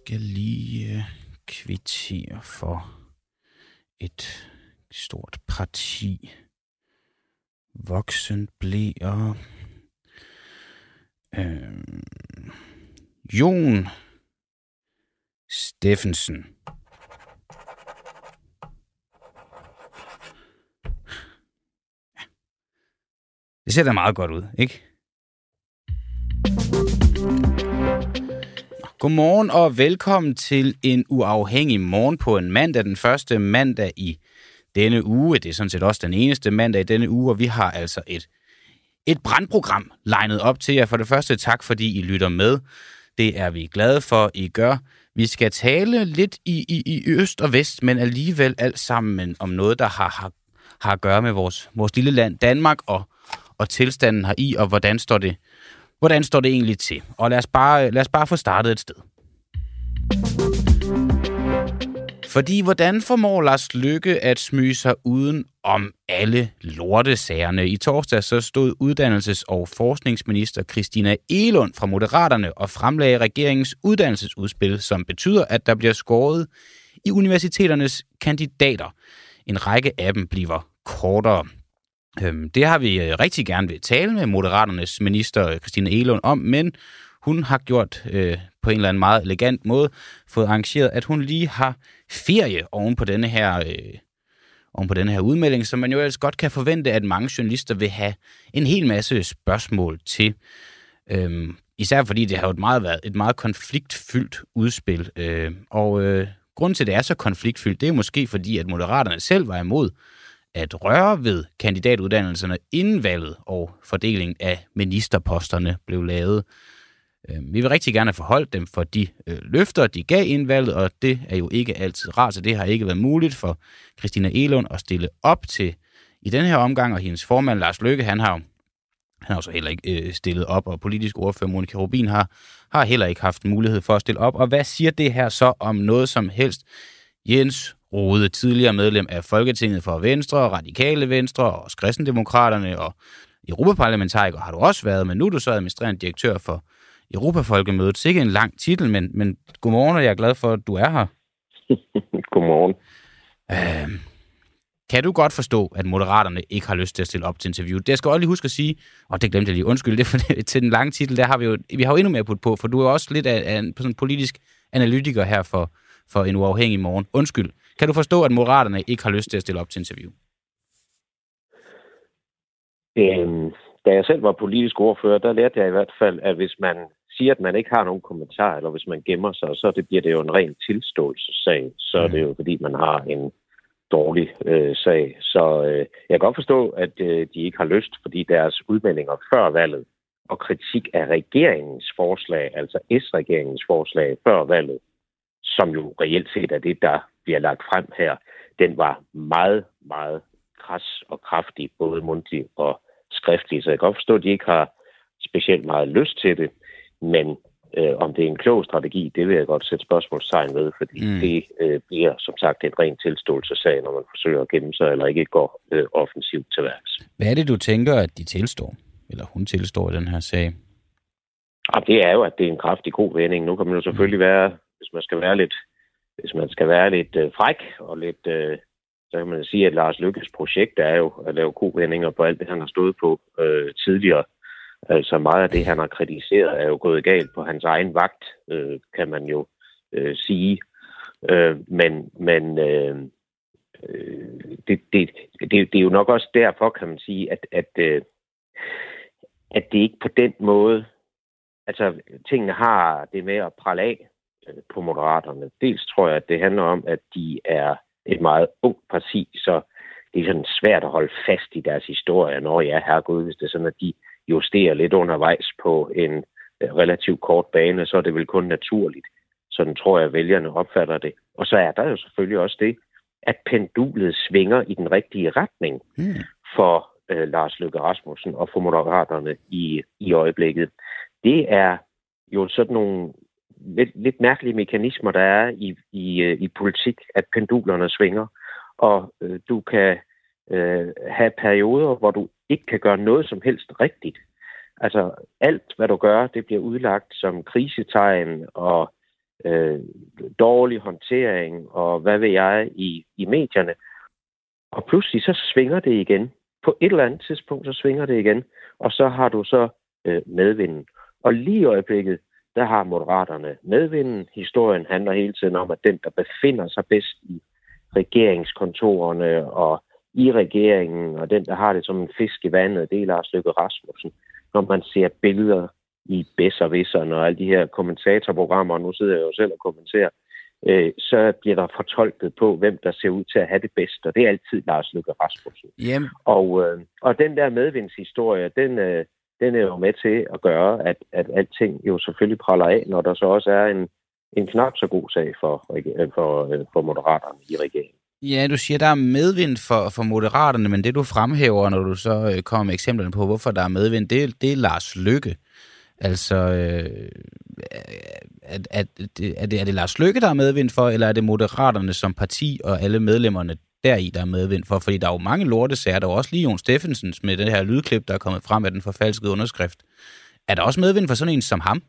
skal lige kvittere for et stort parti voksenbleer. Jon Steffensen. Det ser da meget godt ud, ikke? Godmorgen og velkommen til en uafhængig morgen på en mandag, den første mandag i denne uge. Det er sådan set også den eneste mandag i denne uge, og vi har altså et brandprogram legnet op til jer. For det første, tak fordi I lytter med. Det er vi glade for, I gør. Vi skal tale lidt i øst og vest, men alligevel alt sammen om noget, der har at gøre med vores lille land Danmark og tilstanden heri, og hvordan står det egentlig til? Og lad os bare få startet et sted. Fordi hvordan formår Lars Løkke at smyge sig uden om alle lortesagerne? I torsdag så stod uddannelses- og forskningsminister Christina Egelund fra Moderaterne og fremlagde regeringens uddannelsesudspil, som betyder, at der bliver skåret i universiteternes kandidater. En række af dem bliver kortere. Det har vi rigtig gerne vil tale med Moderaternes minister Christina Egelund om, men hun har gjort på en eller anden meget elegant måde, fået arrangeret, at hun lige har ferie oven på denne her udmelding, som man jo ellers godt kan forvente, at mange journalister vil have en hel masse spørgsmål til. Især fordi det har jo været et meget konfliktfyldt udspil. Grunden til, at det er så konfliktfyldt, det er måske fordi, at Moderaterne selv var imod at røre ved kandidatuddannelserne inden valget og fordelingen af ministerposterne blev lavet. Vi vil rigtig gerne forholde dem for de løfter, de gav inden valget, og det er jo ikke altid rart, så det har ikke været muligt for Christina Egelund at stille op til i den her omgang, og hendes formand Lars Løkke, han har jo så heller ikke stillet op, og politisk ordfører Monika Rubin har heller ikke haft mulighed for at stille op. Og hvad siger det her så om noget som helst? Jens Rohde, tidligere medlem af Folketinget for Venstre, Radikale Venstre og Kristendemokraterne og europaparlamentariker har du også været, men nu er du så administrerende direktør for Europafolkemødet. Sikke en lang titel, men godmorgen, og jeg er glad for, at du er her. Godmorgen. Kan du godt forstå, at Moderaterne ikke har lyst til at stille op til interview? Det skal jeg også lige huske at sige, og det glemte jeg lige, undskyld, det for til den lange titel, der har vi har jo endnu mere putt på, for du er også lidt af en sådan politisk analytiker her for en uafhængig morgen. Undskyld. Kan du forstå, at Moderaterne ikke har lyst til at stille op til interview? Da jeg selv var politisk ordfører, der lærte jeg i hvert fald, at hvis man siger, at man ikke har nogen kommentar, eller hvis man gemmer sig, så bliver det jo en ren tilståelsessag. Så er det jo, fordi man har en dårlig sag. Så jeg kan godt forstå, at de ikke har lyst, fordi deres udmeldinger før valget og kritik af regeringens forslag, altså S-regeringens forslag før valget, som jo reelt set er det, der bliver lagt frem her, den var meget, meget kras og kraftig, både mundtlig og skriftlig. Så jeg kan godt forstå, at de ikke har specielt meget lyst til det, men om det er en klog strategi, det vil jeg godt sætte spørgsmålstegn ved, fordi det bliver som sagt en ren tilståelsessag, når man forsøger at gemme sig eller ikke går offensivt til værks. Hvad er det, du tænker, at de tilstår, eller hun tilstår i den her sag? Og det er jo, at det er en kraftig god vending. Nu kan man jo selvfølgelig være, hvis man skal være lidt fræk og lidt, så kan man sige, at Lars Løkkes projekt er jo at lave kovendinger på alt det, han har stået på tidligere. Altså meget af det, han har kritiseret, er jo gået galt på hans egen vagt, kan man jo sige. Men det er jo nok også derfor, kan man sige, at det ikke på den måde, altså tingene har det med at prale af på Moderaterne. Dels tror jeg, at det handler om, at de er et meget ungt parti, så det er sådan svært at holde fast i deres historie, når jeg er herregud, hvis det er sådan, at de justerer lidt undervejs på en relativt kort bane, så er det vel kun naturligt. Sådan tror jeg, at vælgerne opfatter det. Og så er der jo selvfølgelig også det, at pendulet svinger i den rigtige retning for Lars Løkke Rasmussen og for Moderaterne i øjeblikket. Det er jo sådan nogle lidt mærkelige mekanismer, der er i politik, at pendulerne svinger, og du kan have perioder, hvor du ikke kan gøre noget som helst rigtigt. Altså alt, hvad du gør, det bliver udlagt som krisetegn, og dårlig håndtering, og hvad ved jeg, i medierne. Og pludselig så svinger det igen. På et eller andet tidspunkt, så svinger det igen, og så har du så medvinden. Og lige i øjeblikket, der har Moderaterne medvinden. Historien handler hele tiden om, at den, der befinder sig bedst i regeringskontorerne og i regeringen, og den, der har det som en fisk i vandet, det er Lars Løkke Rasmussen. Når man ser billeder i Besserwisserne og alle de her kommentatorprogrammer, og nu sidder jeg jo selv og kommenterer, så bliver der fortolket på, hvem der ser ud til at have det bedst, og det er altid Lars Løkke Rasmussen. Jamen. Og den der medvindshistorie, den er jo med til at gøre, at alting jo selvfølgelig praller af, når der så også er en knap så god sag for Moderaterne i regeringen. Ja, du siger, der er medvind for Moderaterne, men det du fremhæver, når du så kommer med eksemplerne på, hvorfor der er medvind, det er Lars Løkke. Altså, er det Lars Løkke, der er medvind for, eller er det Moderaterne som parti og alle medlemmerne deri, der er medvind for? Fordi der er jo mange lortesager. Der er også lige Jon Steffensens med det her lydklip, der er kommet frem af den forfalskede underskrift. Er der også medvind for sådan en som ham?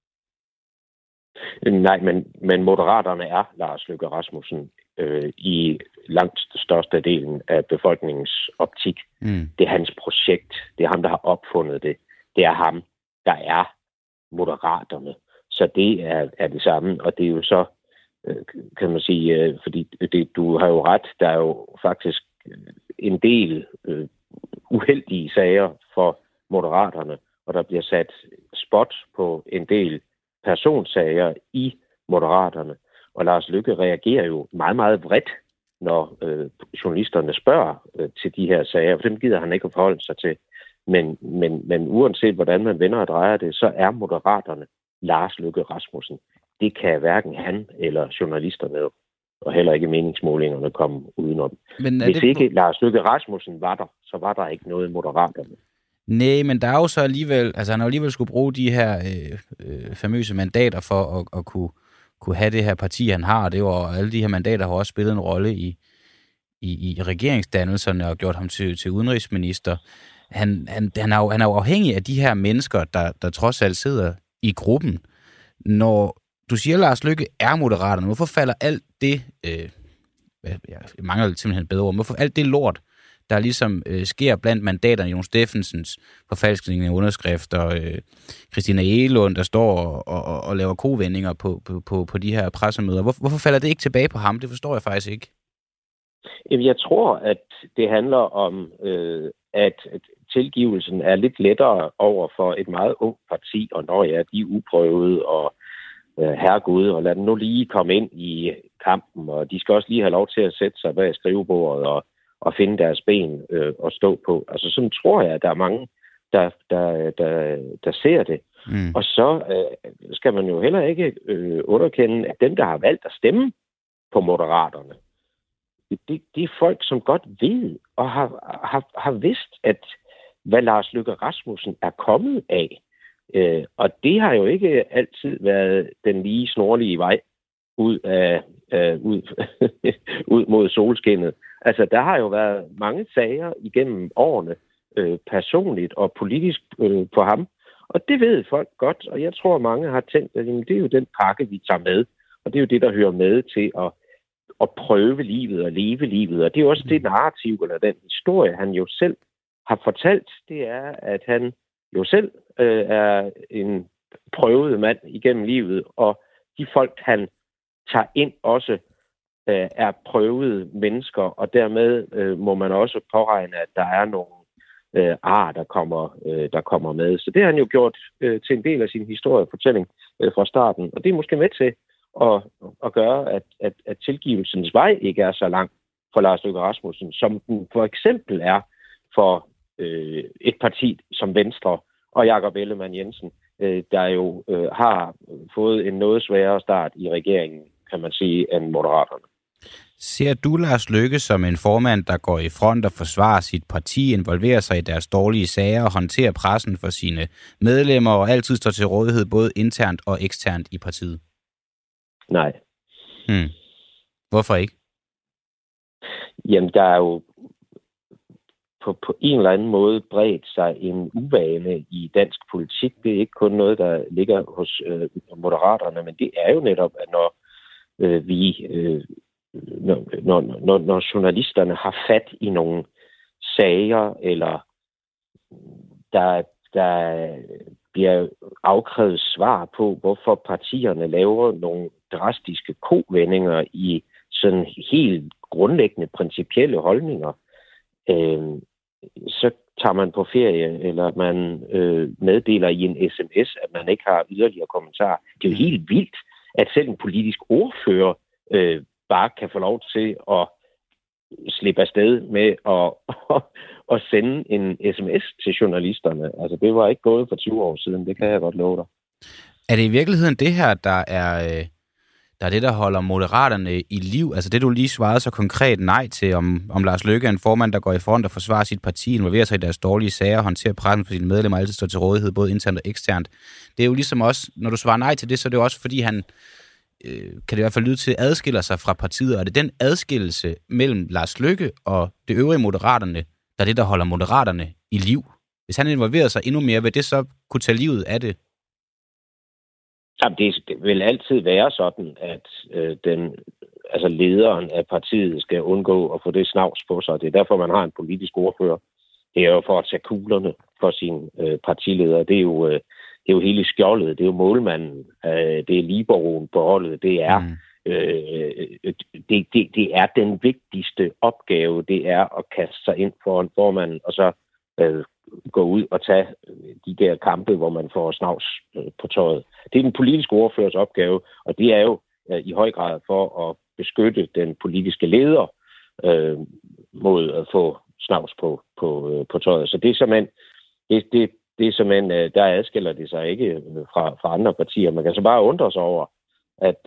Nej, men Moderaterne er Lars Løkke Rasmussen i langt størstedelen af befolkningens optik. Det er hans projekt. Det er ham, der har opfundet det. Det er ham, der er Moderaterne. Så det er det samme, og det er jo så, kan man sige, fordi du har jo ret, der er jo faktisk en del uheldige sager for Moderaterne, og der bliver sat spot på en del personsager i Moderaterne. Og Lars Løkke reagerer jo meget, meget vredt, når journalisterne spørger til de her sager, for dem gider han ikke at forholde sig til. Men uanset hvordan man vender og drejer det, så er Moderaterne Lars Løkke Rasmussen. Det kan hverken han eller journalisterne, og heller ikke meningsmålingerne, komme udenom. Hvis ikke Lars Løkke Rasmussen var der, så var der ikke noget Moderaterne. Nej, men der er jo så alligevel, altså han har alligevel skulle bruge de her famøse mandater for at kunne have det her parti, han har. Det var, alle de her mandater har også spillet en rolle i regeringsdannelserne og gjort ham til udenrigsminister. Han er jo afhængig af de her mennesker, der trods alt sidder i gruppen. Når du siger, at Lars Løkke er Moderaterne, hvorfor falder alt det, jeg mangler simpelthen et bedre ord, hvorfor alt det lort, der ligesom sker blandt mandaterne, Jon Steffensens forfalskning af underskrifter, Christina Egelund, der står og laver kovendinger på de her pressemøder. Hvorfor falder det ikke tilbage på ham? Det forstår jeg faktisk ikke. Jeg tror, at det handler om, at tilgivelsen er lidt lettere over for et meget ungt parti, og når de er uprøvede, og herregud, og lad dem nu lige komme ind i kampen, og de skal også lige have lov til at sætte sig bag skrivebordet og finde deres ben og stå på. Altså sådan tror jeg, at der er mange, der ser det. Og så skal man jo heller ikke underkende, at dem, der har valgt at stemme på Moderaterne, det er folk, som godt ved og har vidst, at hvad Lars Løkke Rasmussen er kommet af. Og det har jo ikke altid været den lige snorlige vej ud mod solskinnet. Altså, der har jo været mange sager igennem årene, personligt og politisk på ham. Og det ved folk godt, og jeg tror, mange har tænkt, at det er jo den pakke, vi tager med. Og det er jo det, der hører med til at prøve livet og leve livet. Og det er også det narrativ, eller den historie, han jo selv har fortalt, det er, at han jo selv er en prøvet mand igennem livet, og de folk, han tager ind også, er prøvede mennesker, og dermed må man også påregne, at der er nogle der kommer med. Så det har han jo gjort til en del af sin historiefortælling fra starten, og det er måske med til at gøre, at tilgivelsens vej ikke er så lang for Lars Løkke Rasmussen, som den for eksempel er for et parti som Venstre og Jakob Ellemann-Jensen, der jo har fået en noget sværere start i regeringen, kan man sige, end Moderaterne. Ser du Lars Løkke som en formand, der går i front og forsvarer sit parti, involverer sig i deres dårlige sager og håndterer pressen for sine medlemmer og altid står til rådighed både internt og eksternt i partiet? Nej. Hvorfor ikke? Jamen, der er jo på en eller anden måde bredt sig en uvane i dansk politik. Det er ikke kun noget, der ligger hos Moderaterne, men det er jo netop, at når når journalisterne har fat i nogle sager, eller der bliver afkrævet svar på, hvorfor partierne laver nogle drastiske kovendinger i sådan helt grundlæggende principielle holdninger, så tager man på ferie, eller man meddeler i en sms, at man ikke har yderligere kommentarer. Det er jo helt vildt, at selv en politisk ordfører bare kan få lov til at slippe afsted med at sende en sms til journalisterne. Altså, det var ikke gået for 20 år siden, det kan jeg godt love dig. Er det i virkeligheden det her, der er det, der holder Moderaterne i liv? Altså det, du lige svarede så konkret nej til, om Lars Løkke er en formand, der går i front og forsvarer sit parti, involverer sig i deres dårlige sager, håndterer pressen for sine medlemmer, altid står til rådighed, både internt og eksternt. Det er jo ligesom også, når du svarer nej til det, så er det jo også, fordi han, kan det i hvert fald lyde til, adskiller sig fra partiet. Og er det den adskillelse mellem Lars Løkke og det øvrige Moderaterne, der er det, der holder Moderaterne i liv? Hvis han involverer sig endnu mere, vil det så kunne tage livet af det? Jamen, det vil altid være sådan, at lederen af partiet skal undgå at få det snavs på sig. Det er derfor, man har en politisk ordfører. Det er jo for at tage kuglerne for sin partileder. Det er jo hele skjoldet. Det er jo målmanden. Det er liberoen på holdet. Det er det er den vigtigste opgave. Det er at kaste sig ind foran formanden, og så gå ud og tage de der kampe, hvor man får snavs på tøjet. Det er den politiske ordførers opgave, og det er jo i høj grad for at beskytte den politiske leder mod at få snavs på tøjet. Så det er simpelthen, der adskiller det sig ikke fra andre partier. Man kan så bare undre sig over, at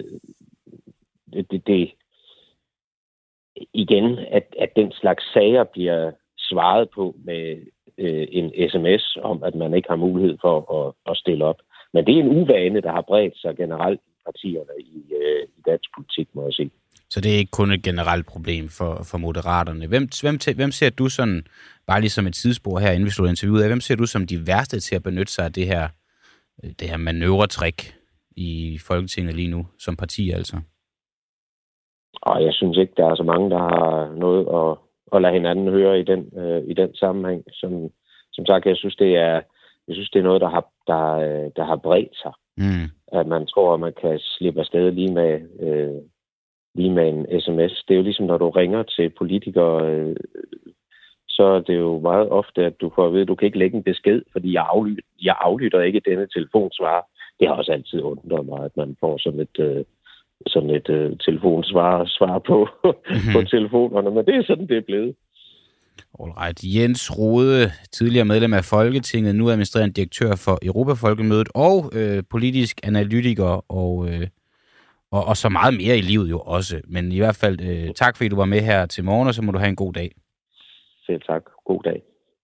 at den slags sager bliver svaret på med en sms om, at man ikke har mulighed for at stille op. Men det er en uvane, der har bredt sig generelt i partierne i dansk politik, må jeg sige. Så det er ikke kun et generelt problem for Moderaterne. Hvem ser du sådan, bare lige som et tidsspor her, inden vi slutter interviewet af, hvem ser du som de værste til at benytte sig af det her manøvretrik i Folketinget lige nu, som parti altså? Og jeg synes ikke, der er så mange, der har noget at lade hinanden høre i den sammenhæng. Som sagt, jeg synes, det er noget, der har bredt sig. At man tror, at man kan slippe afsted lige med en sms. Det er jo ligesom, når du ringer til politikere, så er det jo meget ofte, at du får at vide, at du kan ikke lægge en besked, fordi jeg aflytter ikke denne telefonsvarer. Det har også altid undret mig, at man får sådan et telefonsvar på telefonerne, men det er sådan, det er blevet. Alright. Jens Rohde, tidligere medlem af Folketinget, nu administrerende direktør for Europafolkemødet og politisk analytiker og så meget mere i livet jo også. Men i hvert fald tak, fordi du var med her til morgen, og så må du have en god dag. Selv tak. God dag.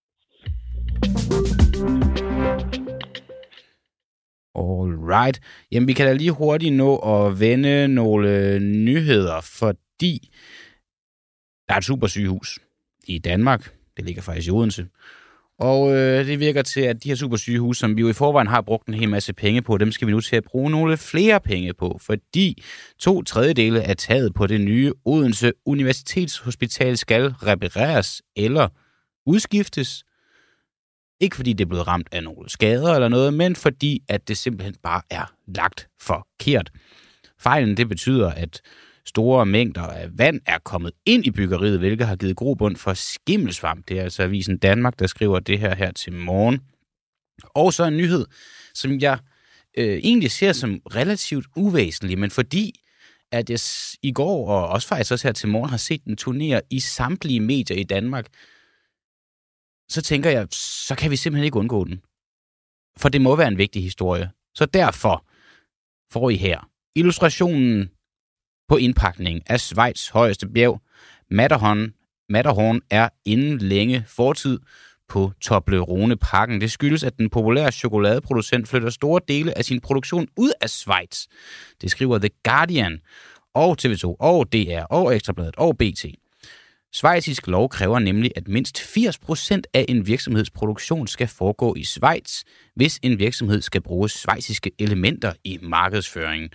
Alright. Jamen, vi kan da lige hurtigt nå at vende nogle nyheder, fordi der er et supersygehus i Danmark. Det ligger faktisk i Odense. Og det virker til, at de her supersygehus, som vi jo i forvejen har brugt en hel masse penge på, dem skal vi nu til at bruge nogle flere penge på, fordi 2/3 af taget på det nye Odense Universitetshospital skal repareres eller udskiftes. Ikke fordi det er blevet ramt af nogle skader eller noget, men fordi at det simpelthen bare er lagt forkert. Fejlen det betyder, at store mængder af vand er kommet ind i byggeriet, hvilket har givet grobund for skimmelsvamp. Det er altså Avisen Danmark, der skriver det her til morgen. Og så en nyhed, som jeg egentlig ser som relativt uvæsentlig, men fordi at jeg i går og også faktisk også her til morgen har set den turnere i samtlige medier i Danmark, så tænker jeg, så kan vi simpelthen ikke undgå den. For det må være en vigtig historie. Så derfor får I her illustrationen på indpakningen af Schweiz' højeste bjerg. Matterhorn er inden længe fortid på Toblerone-parken. Det skyldes, at den populære chokoladeproducent flytter store dele af sin produktion ud af Schweiz. Det skriver The Guardian og TV2 og DR og Ekstrabladet og BT. Schweizisk lov kræver nemlig, at mindst 80% af en virksomheds produktion skal foregå i Schweiz, hvis en virksomhed skal bruge schweiziske elementer i markedsføringen.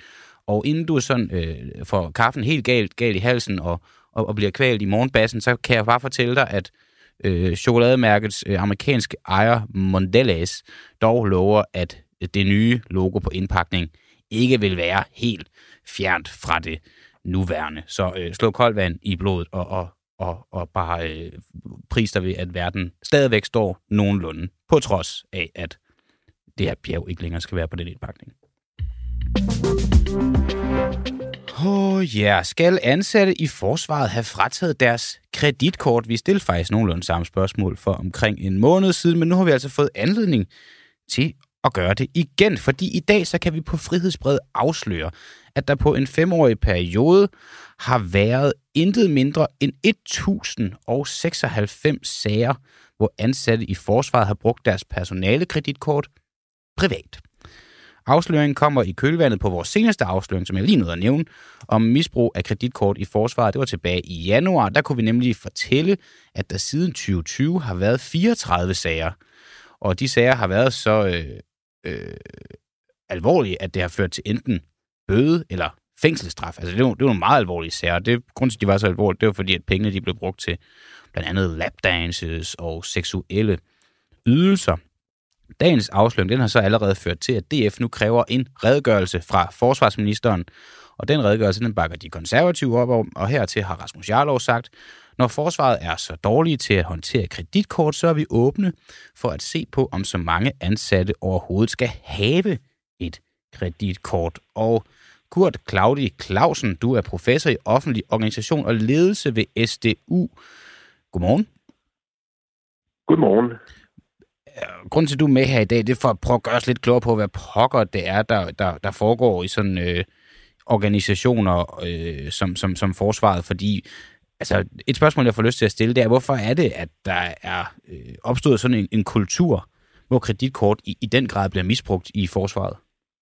Og inden du sådan får kaffen helt galt i halsen og bliver kvalt i morgenbassen, så kan jeg bare fortælle dig, at chokolademærkets amerikanske ejer Mondelez dog lover, at det nye logo på indpakning ikke vil være helt fjernt fra det nuværende. Så slå koldt vand i blodet og bare pris dig ved, at verden stadigvæk står nogenlunde, på trods af, at det her bjerg ikke længere skal være på den indpakning. Skal ansatte i forsvaret have frataget deres kreditkort? Vi stillede faktisk nogenlunde samme spørgsmål for omkring en måned siden, men nu har vi altså fået anledning til at gøre det igen, fordi i dag så kan vi på Frihedsbrevet afsløre, at der på en 5-årig periode har været intet mindre end 1096 sager, hvor ansatte i forsvaret har brugt deres personalekreditkort privat. Afsløringen kommer i kølvandet på vores seneste afsløring, som jeg lige nåede at nævne, om misbrug af kreditkort i forsvaret. Det var tilbage i januar. Der kunne vi nemlig fortælle, at der siden 2020 har været 34 sager. Og de sager har været så alvorlige, at det har ført til enten bøde eller fængselsstraf. Altså det var nogle meget alvorlige sager. Grunden til, at de var så alvorlige, det var fordi, at pengene de blev brugt til blandt andet lapdances og seksuelle ydelser. Dagens afsløring, den har så allerede ført til, at DF nu kræver en redegørelse fra forsvarsministeren, og den redegørelse, den bakker de konservative op om, og hertil har Rasmus Jarlov sagt, når forsvaret er så dårlige til at håndtere kreditkort, så er vi åbne for at se på, om så mange ansatte overhovedet skal have et kreditkort. Og Kurt Claudi Clausen, du er professor i offentlig organisation og ledelse ved SDU. Godmorgen. Godmorgen. Grunden til, at du er med her i dag, det er for at prøve at gøre os lidt klogere på, hvad pokker det er, der foregår i sådan organisationer som forsvaret. Fordi altså, et spørgsmål, jeg får lyst til at stille, det er, hvorfor er det, at der er opstået sådan en kultur, hvor kreditkort i den grad bliver misbrugt i forsvaret?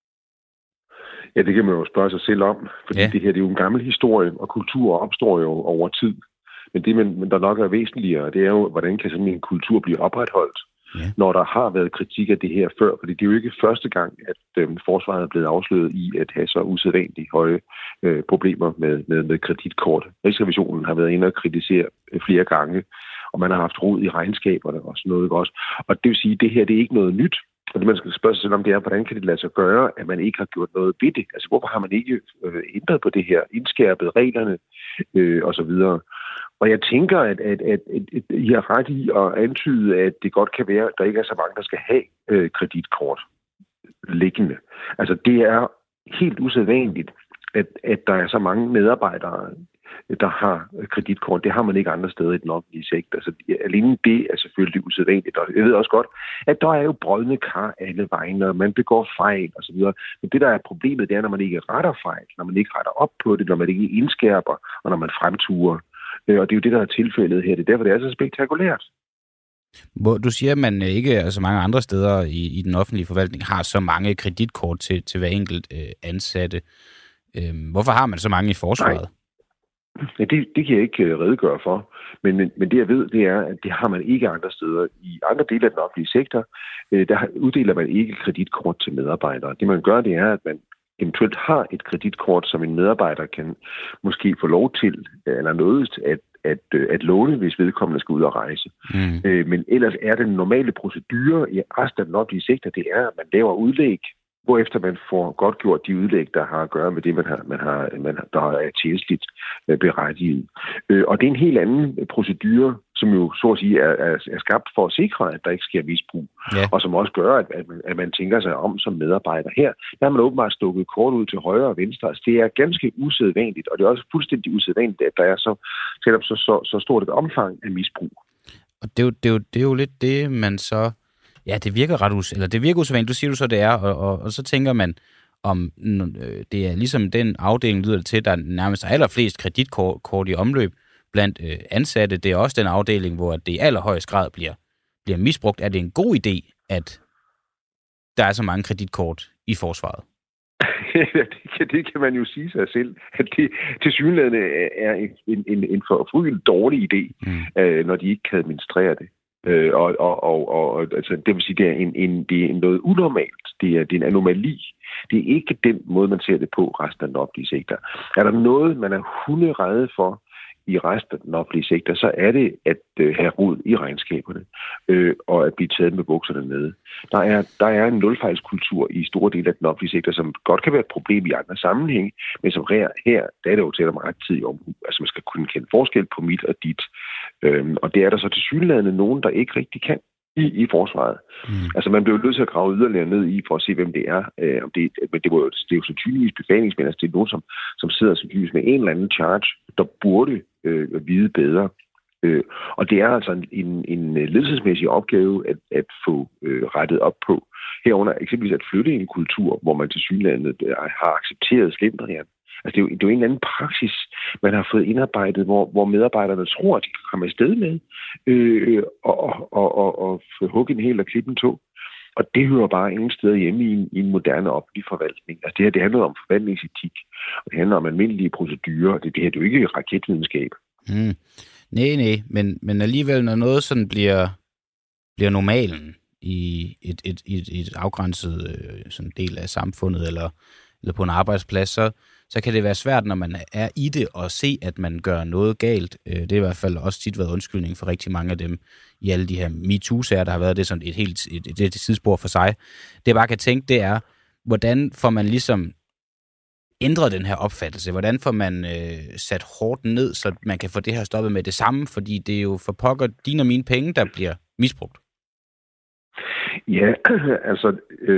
Ja, det kan man jo spørge sig selv om, fordi det her det er jo en gammel historie, og kultur opstår jo over tid. Men det, der nok er væsentligere, det er jo, hvordan kan sådan en kultur blive opretholdt, når der har været kritik af det her før. Fordi det er jo ikke første gang, at forsvaret er blevet afsløret i at have så usædvanligt høje problemer med kreditkort. Rigsrevisionen har været inde og kritisere flere gange, og man har haft rod i regnskaberne og sådan noget også. Og det vil sige, at det her det er ikke noget nyt. Og det, man skal spørge sig selv om, det er, hvordan kan det lade sig gøre, at man ikke har gjort noget ved det? Altså, hvorfor har man ikke ændret på det her, indskærpet reglerne osv.? Og jeg tænker, at I har ret i at antyde, at det godt kan være, at der ikke er så mange, der skal have kreditkort liggende. Altså, det er helt usædvanligt, at der er så mange medarbejdere, der har kreditkort. Det har man ikke andre steder i den offentlige sektor. Så alene det er selvfølgelig usædvanligt. Og jeg ved også godt, at der er jo brodne kar alle vegne, og man begår fejl osv. Men det, der er problemet, det er, når man ikke retter fejl, når man ikke retter op på det, når man ikke indskærper, og når man fremturer. Og det er jo det, der er tilfældet her. Det er derfor, det er så spektakulært. Du siger, at man ikke, altså mange andre steder i den offentlige forvaltning, har så mange kreditkort til hver enkelt ansatte. Hvorfor har man så mange i forsvaret? Ja, det kan jeg ikke redegøre for. Men det, jeg ved, det er, at det har man ikke andre steder. I andre dele af den offentlige sektor, der uddeler man ikke kreditkort til medarbejdere. Det, man gør, det er, at man eventuelt har et kreditkort, som en medarbejder kan måske få lov til, eller noget at låne, hvis vedkommende skal ud og rejse. Men ellers er den normale procedure i resten af den offentlige sektor, det er, at man laver udlæg, hvorefter man får godtgjort de udlæg, der har at gøre med det, der er tjenestligt berettiget. Og det er en helt anden procedure, som jo så at sige er skabt for at sikre, at der ikke sker misbrug. Ja. Og som også gør, at man tænker sig om som medarbejder her. Der har man åbenbart stukket kort ud til højre og venstre. Altså, det er ganske usædvanligt, og det er også fuldstændig usædvanligt, at der er så stort et omfang af misbrug. Og det er jo lidt det, man så... Ja, det virker usædvanligt. Du siger så, det er, og så tænker man, om det er ligesom den afdeling, lyder det til, der nærmest er allerflest kreditkort i omløb blandt ansatte. Det er også den afdeling, hvor det i allerhøjest grad bliver misbrugt. Er det en god idé, at der er så mange kreditkort i forsvaret? Det kan man jo sige sig selv, at det tilsyneladende er en forfrygelig dårlig idé, når de ikke kan administrere det. Altså, det vil sige, det er noget unormalt. Det er en anomali. Det er ikke den måde, man ser det på resten af den offentlige sektor. Er der noget, man er hunderede for i resten af den offentlige sektor, så er det at have rod i regnskaberne og at blive taget med bukserne nede. Der er en nulfejlskultur i store dele af den offentlige sektor, som godt kan være et problem i andre sammenhænge, men som her der er det jo tæt om rettidig omhu. Altså man skal kunne kende forskel på mit og dit. Og det er der så tilsyneladende nogen, der ikke rigtig kan i forsvaret. Altså man bliver jo nødt til at grave yderligere ned i for at se, hvem det er. Men det er jo sandsynligvis befalingsmænd, altså det er nogen, som sidder sandsynligvis med en eller anden charge, der burde vide bedre. Og det er altså en ledelsesmæssig opgave at få rettet op på. Herunder eksempelvis at flytte en kultur, hvor man tilsyneladende har accepteret slendrian. Altså det er jo en eller anden praksis, man har fået indarbejdet, hvor medarbejderne tror, at de kan komme afsted med og hugge en hel og klippe en tog. Og det hører bare ingen steder hjemme i en moderne offentlig forvaltning. Altså det handler om forvaltningsetik, og det handler om almindelige procedurer. Det her det er jo ikke raketvidenskab. Nej, men alligevel, når noget sådan bliver normalen i et afgrænset sådan del af samfundet, eller på en arbejdsplads, så kan det være svært, når man er i det, at se, at man gør noget galt. Det er i hvert fald også tit været undskyldning for rigtig mange af dem i alle de her MeToo-sager, der har været. Det er sådan et tidsspor for sig. Det jeg bare kan tænke, det er, hvordan får man ligesom ændret den her opfattelse? Hvordan får man sat hårdt ned, så man kan få det her stoppet med det samme? Fordi det er jo for pokker dine og mine penge, der bliver misbrugt. Ja, altså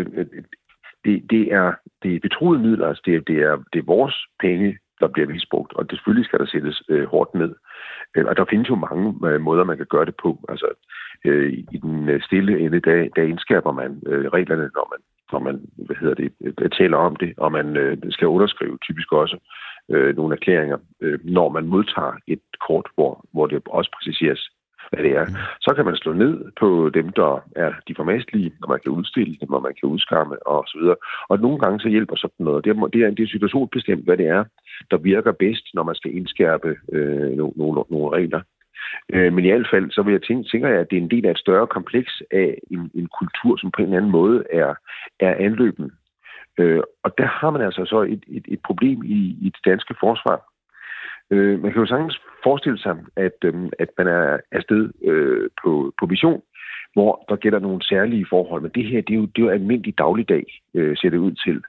det er betroede midler, altså det er vores penge, der bliver misbrugt, og det selvfølgelig skal der sættes hårdt ned. Og der findes jo mange måder, man kan gøre det på. Altså i den stille ende, der indskærper man reglerne, når man taler om det, og man skal underskrive typisk også nogle erklæringer, når man modtager et kort, hvor det også præciseres, hvad det er. Så kan man slå ned på dem, der er de formastlige, og man kan udstille dem, og man kan udskamme, og så videre. Og nogle gange så hjælper sådan noget. Det er situationsbestemt, hvad det er, der virker bedst, når man skal indskærpe nogle regler. Men i hvert fald, så vil tænker jeg, at det er en del af et større kompleks af en kultur, som på en eller anden måde er anløben. Og der har man altså så et problem i det danske forsvar. Man kan jo sagtens forestille sig, at man er afsted på mission, hvor der gælder nogle særlige forhold. Men det her, det er jo almindelig dagligdag, ser det ud til.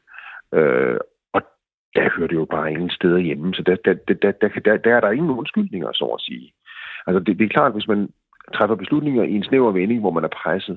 Og der hører det jo bare ingen steder hjemme. Så der er der ingen undskyldninger, så at sige. Altså det er klart, hvis man træffer beslutninger i en snæver vending, hvor man er presset,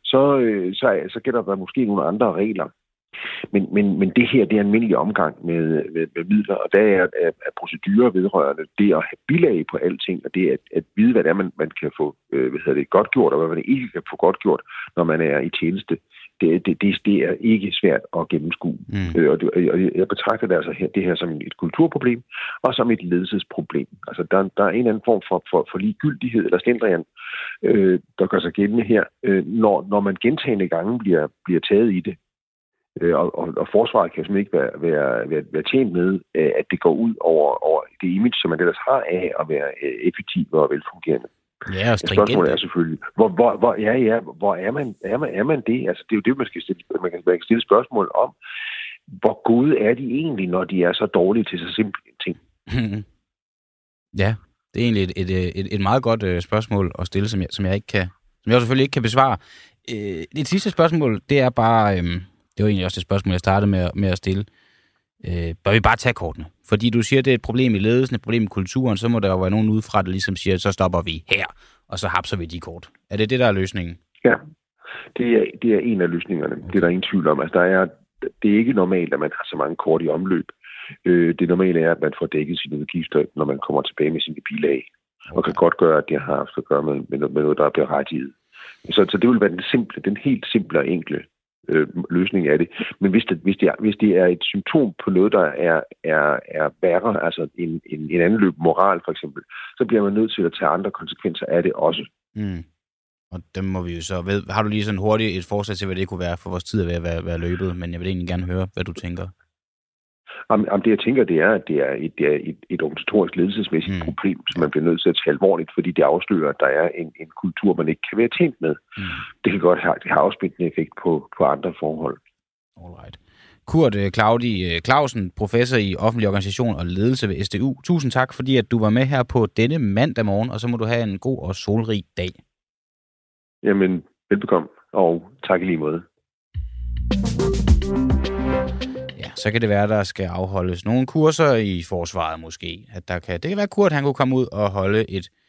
så gælder der måske nogle andre regler. Men det her, det er almindelig omgang med midler, og der er procedurer vedrørende det at have bilag på alting, og det at vide, hvad det er, man kan få godtgjort, og hvad man ikke kan få godtgjort, når man er i tjeneste. Det er ikke svært at gennemskue. Og jeg betragter det altså det her som et kulturproblem, og som et ledelsesproblem. Altså der er en eller anden form for ligegyldighed, eller slendrian, der gør sig gældende her, når man gentagne gange bliver taget i det. Og forsvaret kan simpelthen ikke være tjent med, at det går ud over det image, som man ellers har af at være effektiv og velfungerende. Ja, og spørgsmålet er selvfølgelig, hvor er man det? Altså, det er jo det, man kan stille spørgsmål om. Hvor gode er de egentlig, når de er så dårlige til så simple ting? Ja, det er egentlig et meget godt spørgsmål at stille, som jeg selvfølgelig ikke kan besvare. Det sidste spørgsmål, det er bare... Det var egentlig også et spørgsmål, jeg startede med at stille. Bør vi bare tage kortene? Fordi du siger, det er et problem i ledelsen, et problem i kulturen, så må der jo være nogen udefra, der ligesom siger, så stopper vi her, og så hapser vi de kort. Er det der er løsningen? Ja, det er en af løsningerne. Okay. Det er der ingen tvivl om. Altså, det er ikke normalt, at man har så mange kort i omløb. Det normale er, at man får dækket sine udgifter, når man kommer tilbage med sine bilag, og kan godt gøre, at det har haft at gøre med noget, der er berettiget. Så det vil være den helt simple og enkle løsning af det. Men hvis det er et symptom på noget, der er værre, altså en anløb moral for eksempel, så bliver man nødt til at tage andre konsekvenser af det også. Og dem må vi jo så... Har du lige sådan hurtigt et forslag til, hvad det kunne være, for vores tid at være løbet, men jeg vil egentlig gerne høre, hvad du tænker. Det jeg tænker, det er, at det er et organisatorisk ledelsesmæssigt problem, som man bliver nødt til at tage alvorligt, fordi det afslører, at der er en kultur, man ikke kan være tjent med. Det kan godt have afspændende effekt på andre forhold. Alright. Kurt Clausen, professor i offentlig organisation og ledelse ved SDU. Tusind tak, fordi at du var med her på denne mandag morgen, og så må du have en god og solrig dag. Jamen, velbekomme, og tak i lige måde. Ja, så kan det være, der skal afholdes nogle kurser i forsvaret måske. Det kan være, Kurt han kunne komme ud og holde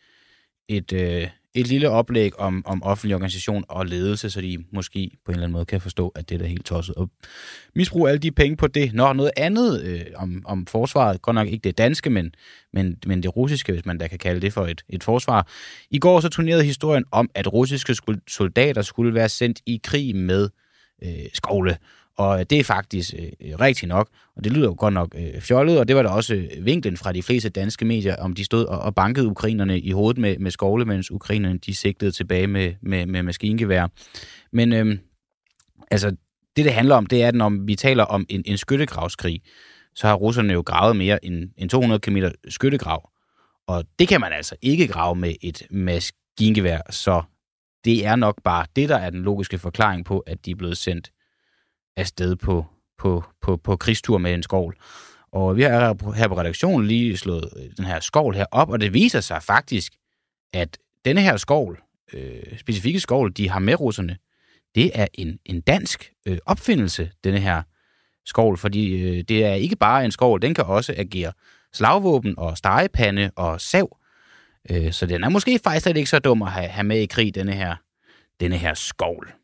et lille oplæg om offentlig organisation og ledelse, så de måske på en eller anden måde kan forstå, at det er helt tosset og misbruge alle de penge på det. Noget andet om forsvaret, godt nok ikke det danske, men det russiske, hvis man da kan kalde det for et forsvar. I går så turnerede historien om, at russiske soldater skulle være sendt i krig med skovle. Og det er faktisk rigtigt nok, og det lyder jo godt nok fjollet, og det var da også vinklen fra de fleste danske medier, om de stod og bankede ukrainerne i hovedet med skovle, mens ukrainerne de sigtede tilbage med maskingevær. Men altså, det handler om, det er, at når vi taler om en skyttegravskrig, så har russerne jo gravet mere end 200 km skyttegrav, og det kan man altså ikke grave med et maskingevær, så det er nok bare det, der er den logiske forklaring på, at de er blevet sendt afsted på krigstur med en skovl. Og vi har her på redaktionen lige slået den her skovl her op, og det viser sig faktisk, at denne her skovl, specifikke skovl, de har med russerne, det er en dansk opfindelse, denne her skovl, fordi det er ikke bare en skovl, den kan også agere slagvåben og stegepande og sav. Så den er måske faktisk ikke så dum at have med i krig, denne her skovl.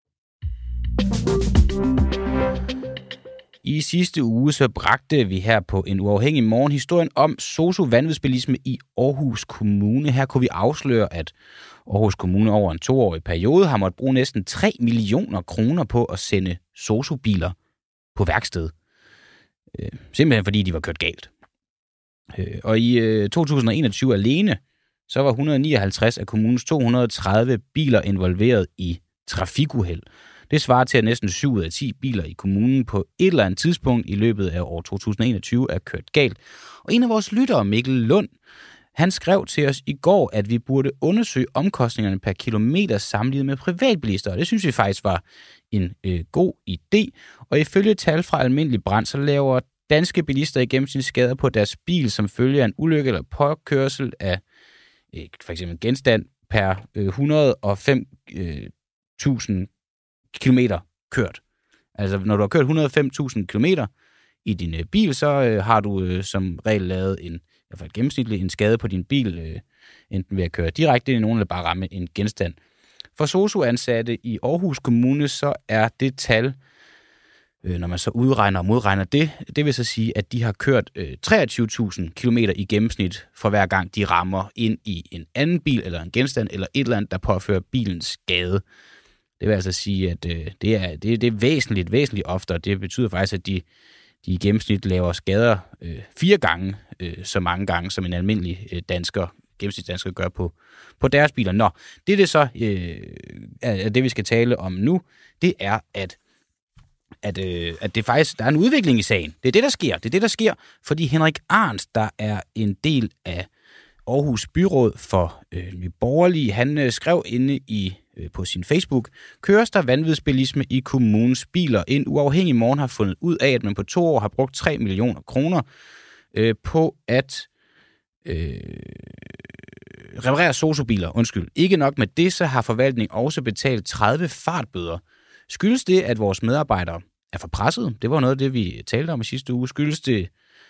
I sidste uge så bragte vi her på En Uafhængig Morgen historien om sosu-vanvidsbilisme i Aarhus Kommune. Her kunne vi afsløre, at Aarhus Kommune over en 2-årig periode har måttet bruge næsten 3 millioner kroner på at sende sosu-biler på værksted. Simpelthen fordi de var kørt galt. Og i 2021 alene, så var 159 af kommunens 230 biler involveret i trafikuheld. Det svarer til, at næsten 7 ud af 10 biler i kommunen på et eller andet tidspunkt i løbet af år 2021 er kørt galt. Og en af vores lyttere, Mikkel Lund, han skrev til os i går, at vi burde undersøge omkostningerne per kilometer sammenlignet med privatbilister. Og det synes vi faktisk var en god idé. Og ifølge tal fra Almindelig Brand, så laver danske bilister i gennemsnit skader på deres bil, som følge af en ulykke eller påkørsel af for eksempel genstand per 105.000 kilometer kørt. Altså, når du har kørt 105.000 kilometer i din bil, så har du som regel lavet i hvert fald gennemsnitligt en skade på din bil, enten ved at køre direkte i nogen, eller bare ramme en genstand. For sosu-ansatte i Aarhus Kommune, så er det tal, når man så udregner og modregner det vil så sige, at de har kørt 23.000 kilometer i gennemsnit for hver gang de rammer ind i en anden bil, eller en genstand, eller et eller andet, der påfører bilens skade. Det vil altså sige, at det er væsentligt oftere. Det betyder faktisk, at de i gennemsnit laver skader 4 gange så mange gange, som en almindelig gennemsnitsdansker gør på deres biler. Nå, det så det vi skal tale om nu, det er, at det faktisk, der er en udvikling i sagen. Det er det, der sker, fordi Henrik Arndt, der er en del af Aarhus Byråd for Nye Borgerlige, han skrev inde på sin Facebook, køres der vanvidsbilisme i kommunens biler. En Uafhængig Morgen har fundet ud af, at man på 2 år har brugt 3 millioner kroner på at reparere sosu-biler. Undskyld. Ikke nok med det, så har forvaltningen også betalt 30 fartbøder. Skyldes det, at vores medarbejdere er for presset? Det var noget af det, vi talte om i sidste uge. Skyldes det,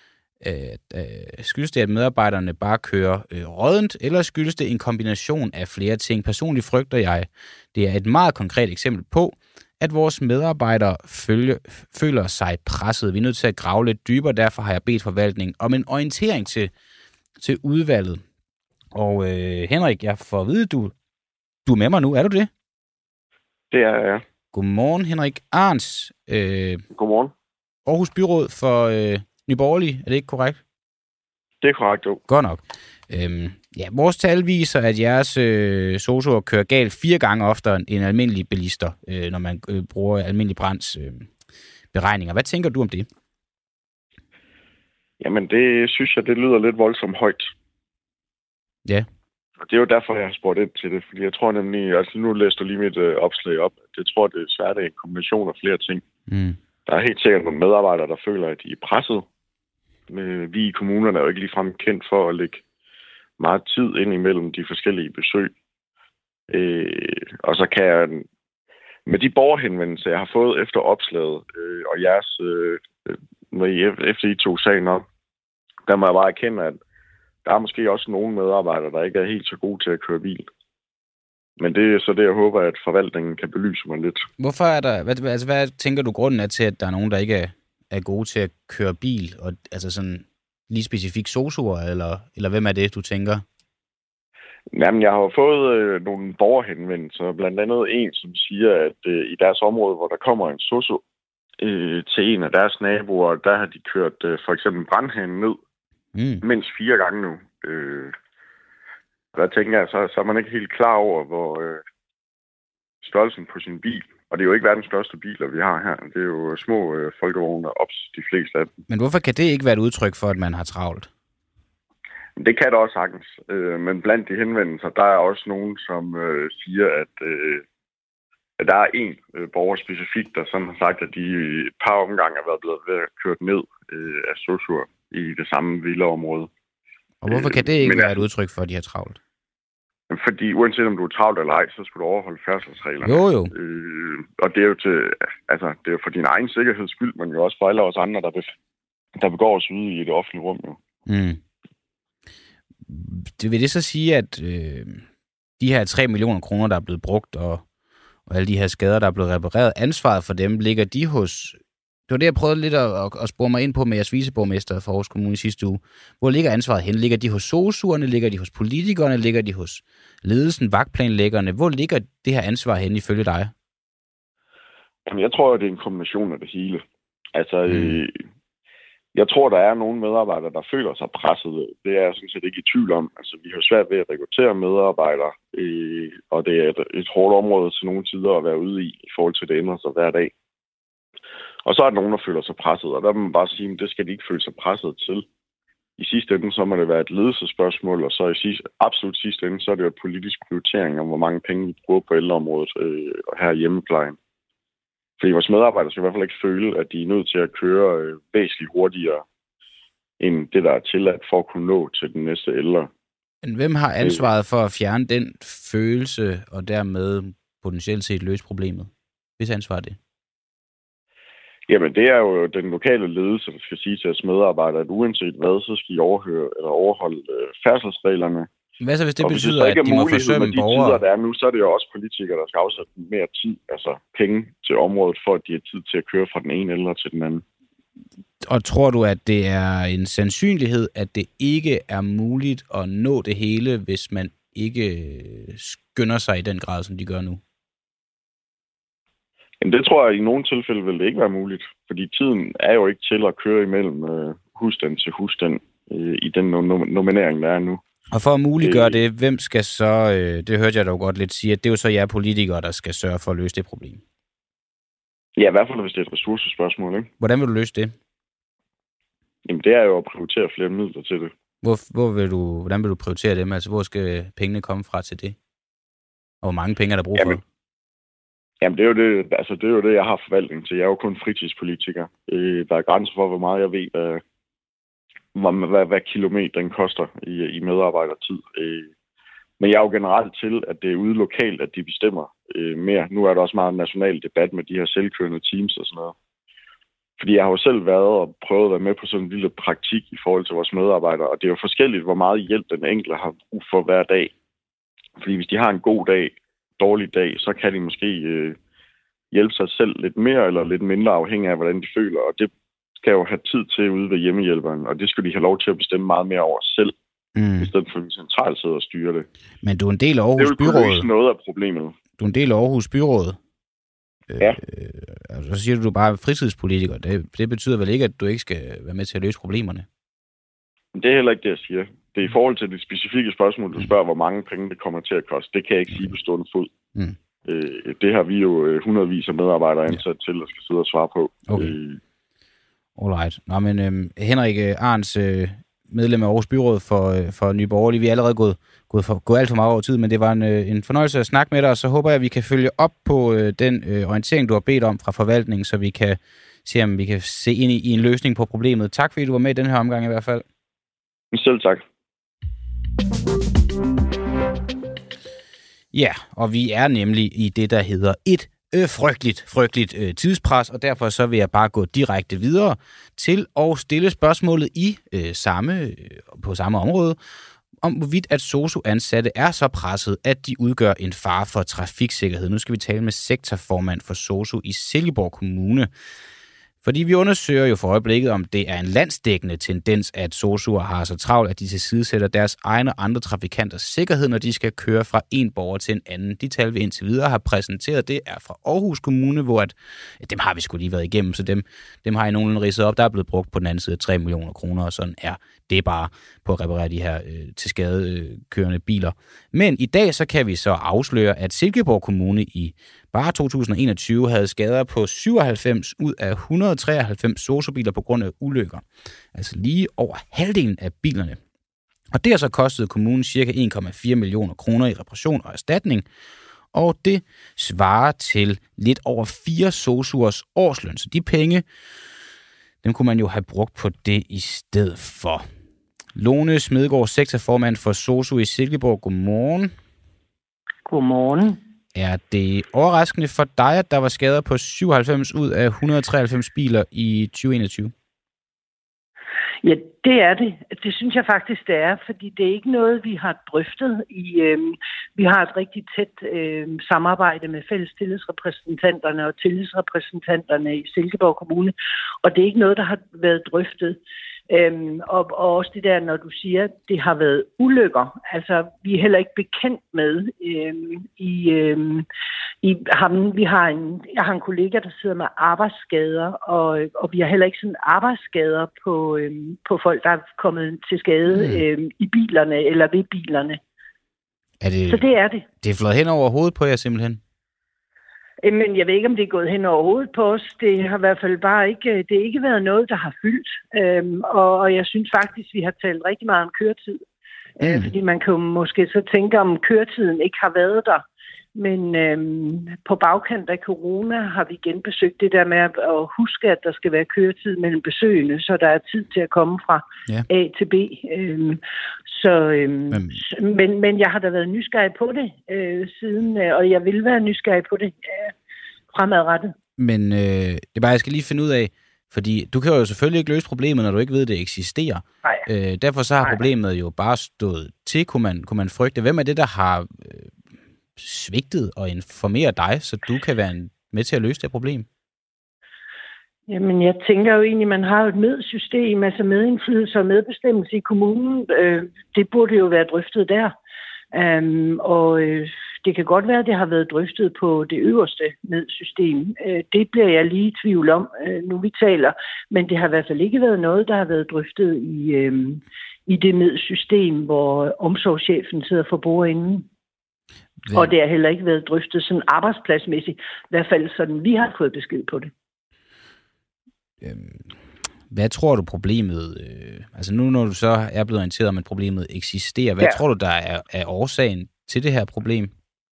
at medarbejderne bare kører råddent, eller skyldes det en kombination af flere ting? Personligt frygter jeg, det er et meget konkret eksempel på, at vores medarbejdere føler sig presset. Vi er nødt til at grave lidt dybere, derfor har jeg bedt forvaltningen om en orientering til udvalget. Og Henrik, jeg får at vide, du er med mig nu, er du det? Det er jeg, ja. Godmorgen, Henrik Arns. Godmorgen. Aarhus Byråd for Nye Borgerlige, er det ikke korrekt? Det er korrekt, jo. Godt nok. Vores tal viser, at jeres sosuer kører galt 4 gange oftere end almindelige bilister, når man bruger Almindelig Brands beregninger. Hvad tænker du om det? Jamen, det synes jeg, det lyder lidt voldsomt højt. Ja. Og det er jo derfor, jeg har spurgt ind til det. Fordi jeg tror nemlig, altså nu læste du lige mit opslag op. Jeg tror, det er svært af en kombination af flere ting. Mm. Der er helt sikkert nogle medarbejdere, der føler, at de er presset. Vi i kommunerne er jo ikke ligefrem kendt for at lægge meget tid ind imellem de forskellige besøg. Og så kan jeg, med de borgerhenvendelser, jeg har fået efter opslaget, og jeres, efter I tog sagen op, der må jeg bare erkende, at der er måske også nogle medarbejdere, der ikke er helt så gode til at køre bil. Men det er så det, jeg håber, at forvaltningen kan belyse mig lidt. Hvorfor er der, hvad tænker du grunden er til, at der er nogen, der ikke er gode til at køre bil? Og, altså sådan lige specifikt sosuer, eller hvem er det, du tænker? Jamen, jeg har jo fået nogle borgerhenvendelser, blandt andet en, som siger, at i deres område, hvor der kommer en sosu til en af deres naboer, der har de kørt for eksempel brandhanen ned, mindst 4 gange nu. Der tænker jeg, så er man ikke helt klar over, hvor størrelsen på sin bil. Og det er jo ikke verdens største biler, vi har her. Det er jo små folkevogne, de fleste af dem. Men hvorfor kan det ikke være et udtryk for, at man har travlt? Det kan det også sagtens. Men blandt de henvendelser, der er også nogen, som siger, at der er en borger specifikt, der sådan har sagt, at de et par omgange er blevet kørt ned af sosuer i det samme villaområde. Og hvorfor kan det ikke være et udtryk for, at de har travlt? Fordi uanset om du er travlt eller ej, så skal du overholde færdselsreglerne. Jo. Og det er jo det er jo for din egen sikkerheds skyld, men jo også for alle os andre, der begår os ude i det offentlige rum. Jo. Mm. Vil det så sige, at de her 3 millioner kroner, der er blevet brugt, og alle de her skader, der er blevet repareret, ansvaret for dem, ligger de hos... Det var det, jeg prøvede lidt at spore mig ind på med jeres viceborgmester for Aarhus Kommune i sidste uge. Hvor ligger ansvaret hen? Ligger de hos sosuerne? Ligger de hos politikerne? Ligger de hos ledelsen, vagtplanlæggerne? Hvor ligger det her ansvar hen ifølge dig? Jamen, jeg tror, det er en kombination af det hele. Altså, jeg tror, der er nogle medarbejdere, der føler sig presset. Det er jeg sådan set ikke i tvivl om. Altså, vi har svært ved at rekruttere medarbejdere, og det er et hårdt område til nogle tider at være ude i forhold til det ændrer sig hver dag. Og så er der nogen, der føler sig presset, og der må man bare sige, at det skal de ikke føle sig presset til. I sidste ende, så må det være et ledelsesspørgsmål, og så i absolut sidste ende, så er det jo et politisk prioritering om, hvor mange penge vi bruger på ældreområdet og her i hjemmeplejen. Fordi vores medarbejdere skal i hvert fald ikke føle, at de er nødt til at køre væsentligt hurtigere, end det, der er tilladt for at kunne nå til den næste ældre. Men hvem har ansvaret for at fjerne den følelse, og dermed potentielt set løse problemet? Hvis ansvar er det? Jamen, det er jo den lokale ledelse, der skal sige til deres medarbejdere, at uanset hvad, så skal I overholde færdselsreglerne. Hvad så, hvis det betyder, at de må forsømme borgere? Tider, der er nu, så er det jo også politikere, der skal afsætte mere tid, altså penge til området, for at de har tid til at køre fra den ene ældre til den anden. Og tror du, at det er en sandsynlighed, at det ikke er muligt at nå det hele, hvis man ikke skynder sig i den grad, som de gør nu? Jamen, det tror jeg, i nogle tilfælde vil det ikke være muligt, fordi tiden er jo ikke til at køre imellem husstand til husstand i den nominering, der er nu. Og for at muliggøre det, hvem skal så, det hørte jeg dog godt lidt sige, at det er jo så jer politikere, der skal sørge for at løse det problem? Ja, i hvert fald, hvis det er et ressourcespørgsmål, ikke? Hvordan vil du løse det? Jamen, det er jo at prioritere flere midler til det. Hvordan vil du prioritere dem? Altså, hvor skal pengene komme fra til det? Og hvor mange penge er der brug for? Jamen, det er jo det, jeg har forvaltning til. Jeg er jo kun fritidspolitiker. Der er grænser for, hvor meget jeg ved, hvad kilometeren koster i medarbejdertid. Men jeg er jo generelt til, at det er ude lokalt, at de bestemmer mere. Nu er der også meget national debat med de her selvkørende teams og sådan noget. Fordi jeg har jo selv været og prøvet at være med på sådan en lille praktik i forhold til vores medarbejdere, og det er jo forskelligt, hvor meget hjælp den enkelte har brug for hver dag. Fordi hvis de har en god dag, dårlig dag, så kan de måske hjælpe sig selv lidt mere eller lidt mindre afhængig af, hvordan de føler. Og det skal jo have tid til ude ved hjemmehjælperen, og det skal de have lov til at bestemme meget mere over selv, i stedet for at vi centralt sidder og styre det. Men du er en del af Aarhus Byråd. Det er jo noget af problemet. Du er en del af Aarhus Byråd. Ja. Så siger du bare fritidspolitiker. Det betyder vel ikke, at du ikke skal være med til at løse problemerne? Det er heller ikke det, jeg siger. Det er i forhold til det specifikke spørgsmål, du spørger, hvor mange penge det kommer til at koste. Det kan jeg ikke sige på stående fod. Det har vi jo hundredvis af medarbejdere ansat til, der skal sidde og svare på. Okay. Alright. Nå, men Henrik Arns, medlem af Aarhus Byråd for Nye Borgerlige, vi er allerede gået alt for meget over tid, men det var en fornøjelse at snakke med dig, og så håber jeg, at vi kan følge op på den orientering, du har bedt om fra forvaltningen, så vi kan se, om vi kan se ind i en løsning på problemet. Tak, fordi du var med i den her omgang i hvert fald. Selv tak. Ja, og vi er nemlig i det, der hedder et frygteligt tidspres, og derfor så vil jeg bare gå direkte videre til at stille spørgsmålet på samme område, om hvorvidt at sosu-ansatte er så presset, at de udgør en fare for trafiksikkerhed. Nu skal vi tale med sektorformand for sosu i Silkeborg Kommune. Fordi vi undersøger jo for øjeblikket, om det er en landsdækkende tendens, at sosuer har så travlt, at de tilsidesætter deres egne og andre trafikanters sikkerhed, når de skal køre fra en borger til en anden. De tal, vi indtil videre har præsenteret, det er fra Aarhus Kommune, hvor dem har vi sgu lige været igennem, så dem har I nogenlunde ridset op. Der er blevet brugt på den anden side 3 millioner kroner, og sådan er det bare på at reparere de her til skade kørende biler. Men i dag så kan vi så afsløre, at Silkeborg Kommune i bare 2021 havde skader på 97 ud af 193 sosu-biler på grund af ulykker. Altså lige over halvdelen af bilerne. Og det har så kostet kommunen ca. 1,4 millioner kroner i reparation og erstatning. Og det svarer til lidt over 4 sosuers årsløn. Så de penge, dem kunne man jo have brugt på det i stedet for. Lone Smedegaard, sektorformand for sosu i Silkeborg. Godmorgen. Godmorgen. Er det overraskende for dig, at der var skader på 97 ud af 193 biler i 2021? Ja, det er det. Det synes jeg faktisk, det er, fordi det er ikke noget, vi har drøftet. Vi har et rigtig tæt samarbejde med fælles tillidsrepræsentanterne og tillidsrepræsentanterne i Silkeborg Kommune, og det er ikke noget, der har været drøftet. Og også det der, når du siger, at det har været ulykker. Altså, vi er heller ikke bekendt med jeg har en kollega, der sidder med arbejdsskader, og vi har heller ikke sådan arbejdsskader på folk, der er kommet til skade i bilerne eller ved bilerne. Så det er det. Det er flået hen over hovedet på jer simpelthen? Men jeg ved ikke, om det er gået hen over hovedet på os. Det har i hvert fald bare ikke været noget, der har fyldt. Og jeg synes faktisk, vi har talt rigtig meget om køretid. Fordi man kan jo måske så tænke, om køretiden ikke har været der. Men på bagkant af corona har vi genbesøgt det der med at huske, at der skal være køretid mellem besøgende, så der er tid til at komme fra A til B. Men jeg har da været nysgerrig på det siden, og jeg vil være nysgerrig på det fremadrettet. Men det er bare, jeg skal lige finde ud af, fordi du kan jo selvfølgelig ikke løse problemet, når du ikke ved, at det eksisterer. Derfor så har problemet jo bare stået til, kunne man frygte. Hvem er det, der har svigtet og informere dig, så du kan være med til at løse det problem? Jamen, jeg tænker jo egentlig, man har jo et medsystem, altså medindflydelse og medbestemmelse i kommunen. Det burde jo være drøftet der. Det kan godt være, at det har været drøftet på det øverste medsystem. Det bliver jeg lige i tvivl om, nu vi taler. Men det har i hvert fald ikke været noget, der har været drøftet i det medsystem, hvor omsorgschefen sidder for bordenden. Og det har heller ikke været drøftet sådan arbejdspladsmæssigt. I hvert fald sådan, vi har fået besked på det. Hvad tror du problemet... altså nu, når du så er blevet orienteret om, at problemet eksisterer, hvad tror du, der er årsagen til det her problem?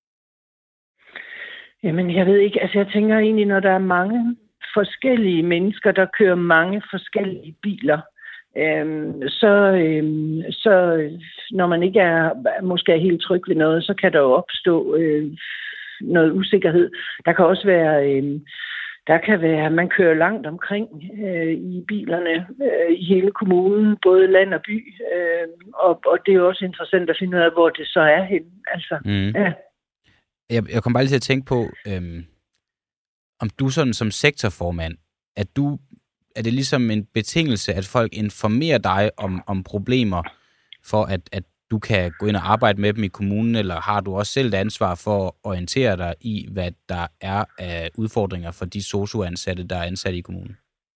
Jamen, jeg ved ikke. Altså, jeg tænker egentlig, når der er mange forskellige mennesker, der kører mange forskellige biler, så når man ikke måske er helt tryg ved noget, så kan der jo opstå noget usikkerhed. Der kan også være, man kører langt omkring i bilerne i hele kommunen, både land og by, og det er jo også interessant at finde ud af, hvor det så er henne. Altså, ja. Jeg kom bare lige til at tænke på, om du sådan som sektorformand, er det ligesom en betingelse, at folk informerer dig om problemer, for at du kan gå ind og arbejde med dem i kommunen, eller har du også selv et ansvar for at orientere dig i, hvad der er af udfordringer for de sosu-ansatte, der er ansat i kommunen?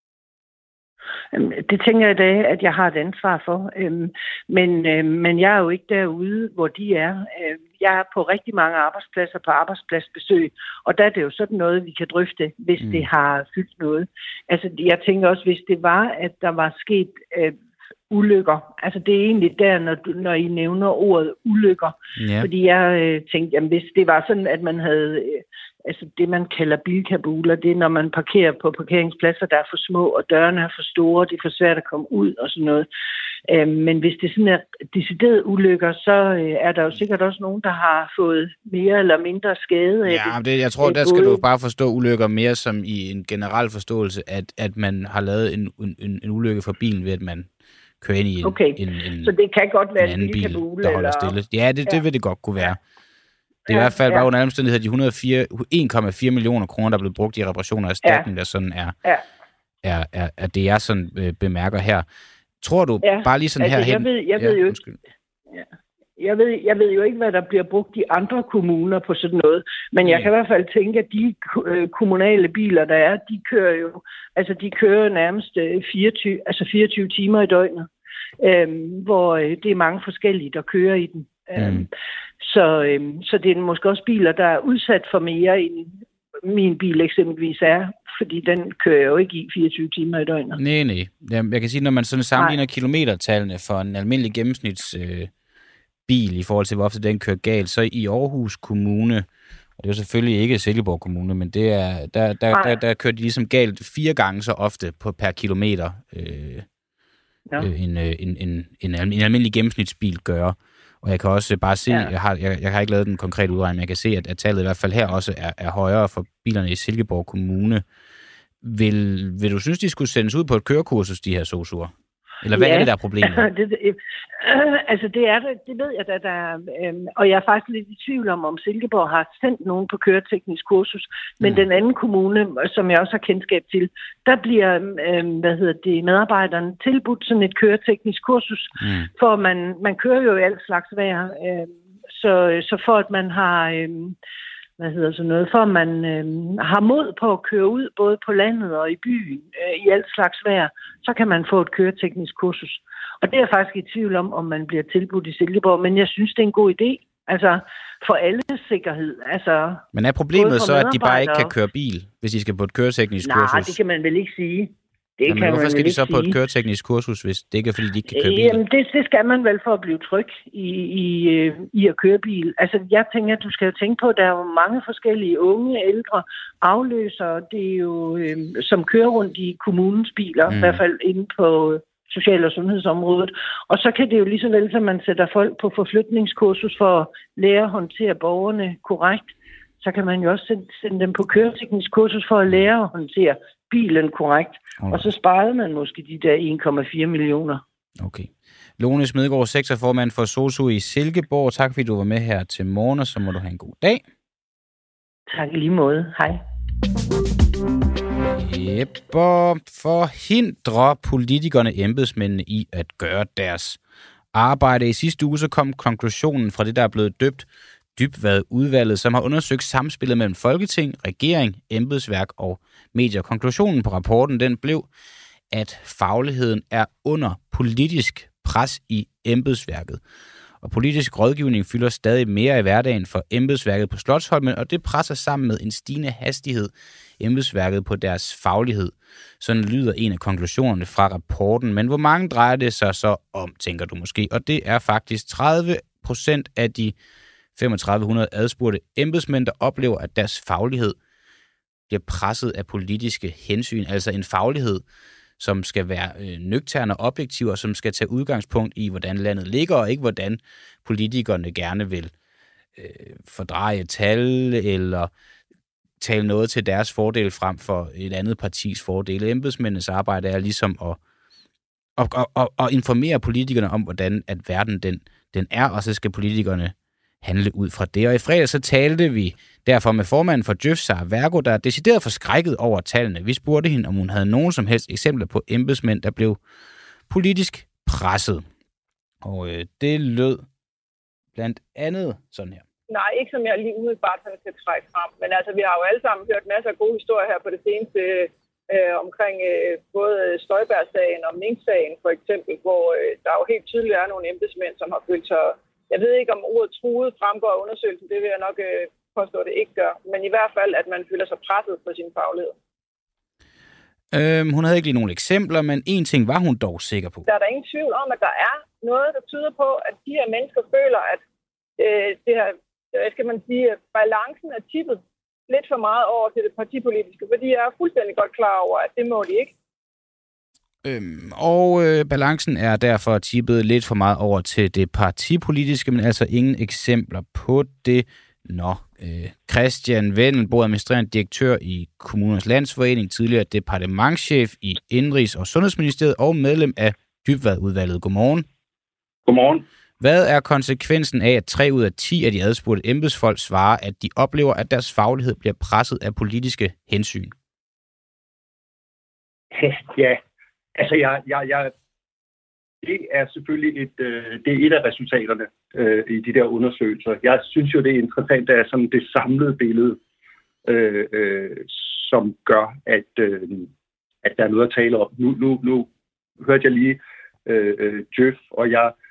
Det tænker jeg da, at jeg har et ansvar for. Men jeg er jo ikke derude, hvor de er. jeg er på rigtig mange arbejdspladser på arbejdspladsbesøg, og der er det jo sådan noget, vi kan drøfte, hvis det har fyldt noget. Altså, jeg tænker også, hvis det var, at der var sket ulykker. Altså, det er egentlig der, når I nævner ordet ulykker. Ja. Fordi jeg tænkte, jamen, hvis det var sådan, at man havde altså det, man kalder bilkabuler, det er, når man parkerer på parkeringspladser, der er for små, og dørene er for store, det er for svært at komme ud og sådan noget. Men hvis det sådan er deciderede ulykker, så er der jo sikkert også nogen, der har fået mere eller mindre skade af det. Jeg tror, der skal du bare forstå ulykker mere som i en generel forståelse, at man har lavet en ulykke for bilen ved, at man kører ind i en så det kan godt være en bil, der holder stille. Ja, det vil det godt kunne være. Det er i hvert fald bare under alle omstændigheder de 1,4 millioner kroner, der er blevet brugt i reparationer og erstatning, der sådan er det, jeg sådan bemærker her. Tror du bare lige sådan altså, her hen... Jeg ved jo ikke, hvad der bliver brugt i andre kommuner på sådan noget, men jeg kan i hvert fald tænke, at de kommunale biler, der er, de kører nærmest 24 timer i døgnet, hvor det er mange forskellige, der kører i den. Så det er måske også biler, der er udsat for mere, end min bil eksempelvis er, fordi den kører jo ikke i 24 timer i døgnet. Nej. Jeg kan sige, når man sådan sammenligner kilometertallene for en almindelig gennemsnitsbil i forhold til, hvor ofte den kører galt, så i Aarhus Kommune, og det er jo selvfølgelig ikke Silkeborg Kommune, men det er, der kører de ligesom galt 4 gange så ofte per kilometer, en almindelig gennemsnitsbil gør. Og jeg kan også bare se, jeg har ikke lavet den konkrete udregning, men jeg kan se, at tallet i hvert fald her også er højere for bilerne i Silkeborg Kommune. Vil du synes, de skulle sendes ud på et kørekursus, de her sosuer? Eller hvad er det, der er problemet? Altså, det er det. Det ved jeg, og jeg er faktisk lidt i tvivl om Silkeborg har sendt nogen på køreteknisk kursus. Men den anden kommune, som jeg også har kendskab til, der bliver, medarbejderne tilbudt sådan et køreteknisk kursus. For man kører jo i alt slags vejr. Så for at man har... for at man har mod på at køre ud, både på landet og i byen, i alt slags vejr, så kan man få et køreteknisk kursus. Og det er jeg faktisk i tvivl om man bliver tilbudt i Silkeborg, men jeg synes, det er en god idé. Altså, for alles sikkerhed. Altså, men er problemet så, at de bare ikke kan køre bil, hvis de skal på et køreteknisk kursus? Nej, det kan man vel ikke sige. Hvorfor skal de så på et køreteknisk kursus, hvis det ikke er, fordi de ikke kan køre bil? Jamen, det skal man vel for at blive tryg i at køre bil. Altså, jeg tænker, at du skal jo tænke på, at der er jo mange forskellige unge, ældre afløsere, det er jo, som kører rundt i kommunens biler, i hvert fald inde på social- og sundhedsområdet. Og så kan det jo lige så vel, som man sætter folk på forflytningskursus for at lære at håndtere borgerne korrekt, så kan man jo også sende dem på køreteknisk kursus for at lære at håndtere bilen korrekt. Okay. Og så sparede man måske de der 1,4 millioner. Okay. Lone Smedegaard, sektorformand for SOSU i Silkeborg. Tak fordi du var med her til morgen, og så må du have en god dag. Tak i lige måde. Hej. Forhindrer politikerne embedsmændene i at gøre deres arbejde. I sidste uge så kom konklusionen fra det, der er blevet døbt Dybvad-udvalget, som har undersøgt samspillet mellem Folketing, regering, embedsværk og medier. Konklusionen på rapporten, den blev, at fagligheden er under politisk pres i embedsværket. Og politisk rådgivning fylder stadig mere i hverdagen for embedsværket på Slotsholmen, og det presser sammen med en stigende hastighed embedsværket på deres faglighed. Sådan lyder en af konklusionerne fra rapporten. Men hvor mange drejer det sig så om, tænker du måske? Og det er faktisk 30% af de 3500 adspurgte embedsmænd, der oplever, at deres faglighed bliver presset af politiske hensyn. Altså en faglighed, som skal være nøgtern og objektiv, og som skal tage udgangspunkt i, hvordan landet ligger, og ikke hvordan politikerne gerne vil fordreje tal, eller tale noget til deres fordel frem for et andet partis fordel. Embedsmændenes arbejde er ligesom at informere politikerne om, hvordan at verden den er, og så skal politikerne handle ud fra det. Og i fredag så talte vi derfor med formanden for Djøf, Sara Vergo, der er decideret forskrækket over tallene. Vi spurgte hende, om hun havde nogen som helst eksempler på embedsmænd, der blev politisk presset. Og det lød blandt andet sådan her. Nej, ikke som jeg lige umiddelbart kan trække frem. Men altså, vi har jo alle sammen hørt masser af gode historier her på det seneste omkring både Støjberg-sagen og Mink-sagen for eksempel, hvor der jo helt tydeligt er nogle embedsmænd, som har følt sig Jeg ved ikke, om ordet truet fremgår af undersøgelsen. Det vil jeg nok påstå, at det ikke gør. Men i hvert fald, at man føler sig presset på sin faglighed. Hun havde ikke lige nogle eksempler, men en ting var hun dog sikker på. Der er der ingen tvivl om, at der er noget, der tyder på, at de her mennesker føler, at det her, skal man sige, balancen er tippet lidt for meget over til det partipolitiske, fordi jeg er fuldstændig godt klar over, at det må de ikke. Balancen er derfor tippet lidt for meget over til det partipolitiske, men altså ingen eksempler på det. Christian Vendelbo, administrerende direktør i Kommunernes Landsforening, tidligere departementschef i Indenrigs- og Sundhedsministeriet og medlem af Dybvad-udvalget. Godmorgen. Godmorgen. Hvad er konsekvensen af, at 3 ud af 10 af de adspurgte embedsfolk svarer, at de oplever, at deres faglighed bliver presset af politiske hensyn? Ja, altså det er selvfølgelig det er et af resultaterne i de der undersøgelser. Jeg synes jo, det er interessant, at sådan det samlede billede, som gør, at der er noget at tale om. Nu hørte jeg lige Djøf, og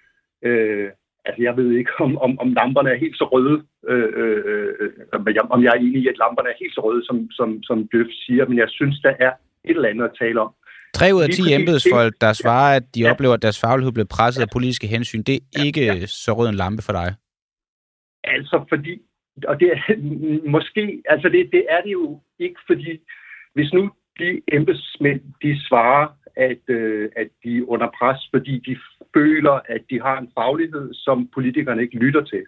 jeg ved ikke, om lamperne er helt så røde, om jeg er enig i, at lamperne er helt så røde, som Djøf siger, men jeg synes, der er et eller andet at tale om. 3 ud af 10 embedsfolk, der svarer, at de oplever, at deres faglighed bliver presset af politiske hensyn, det er ikke så rød en lampe for dig? Altså fordi, og det er måske, altså det er det jo ikke, fordi hvis nu de embedsmænd, de svarer, at de er under pres, fordi de føler, at de har en faglighed, som politikerne ikke lytter til.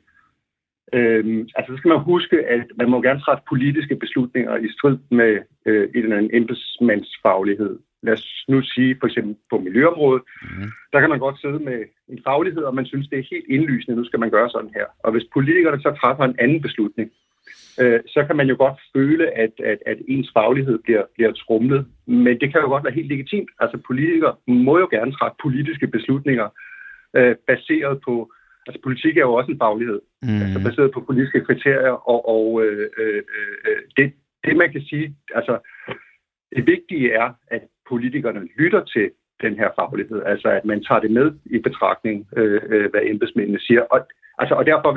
Så skal man huske, at man må gerne træffe politiske beslutninger i strid med en eller anden embedsmandsfaglighed. Lad os nu sige, for eksempel på miljøområdet, der kan man godt sidde med en faglighed, og man synes, det er helt indlysende, nu skal man gøre sådan her. Og hvis politikerne så træffer en anden beslutning, så kan man jo godt føle, at ens faglighed bliver tromlet. Men det kan jo godt være helt legitimt. Altså politikere må jo gerne træffe politiske beslutninger baseret på, altså politik er jo også en faglighed, altså baseret på politiske kriterier, og det man kan sige, altså det vigtige er, at politikerne lytter til den her faglighed, altså at man tager det med i betragtning, hvad embedsmændene siger. Og derfor,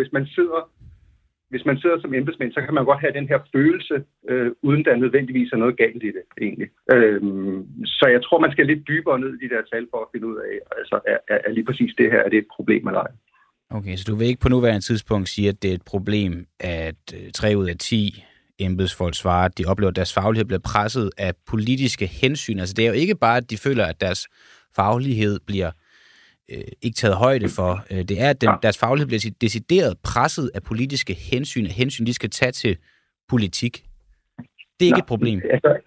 hvis man sidder som embedsmænd, så kan man godt have den her følelse, uden der nødvendigvis er noget galt i det, egentlig. Så jeg tror, man skal lidt dybere ned i de der tal for at finde ud af, altså er lige præcis det her, er det et problem eller ej. Okay, så du vil ikke på nuværende tidspunkt sige, at det er et problem, at 3 ud af 10 embedsfolk svarer, at de oplever, at deres faglighed bliver presset af politiske hensyn. Altså det er jo ikke bare, at de føler, at deres faglighed bliver ikke taget højde for. Det er, at deres faglighed bliver decideret presset af politiske hensyn, de skal tage til politik. Det er ikke et problem.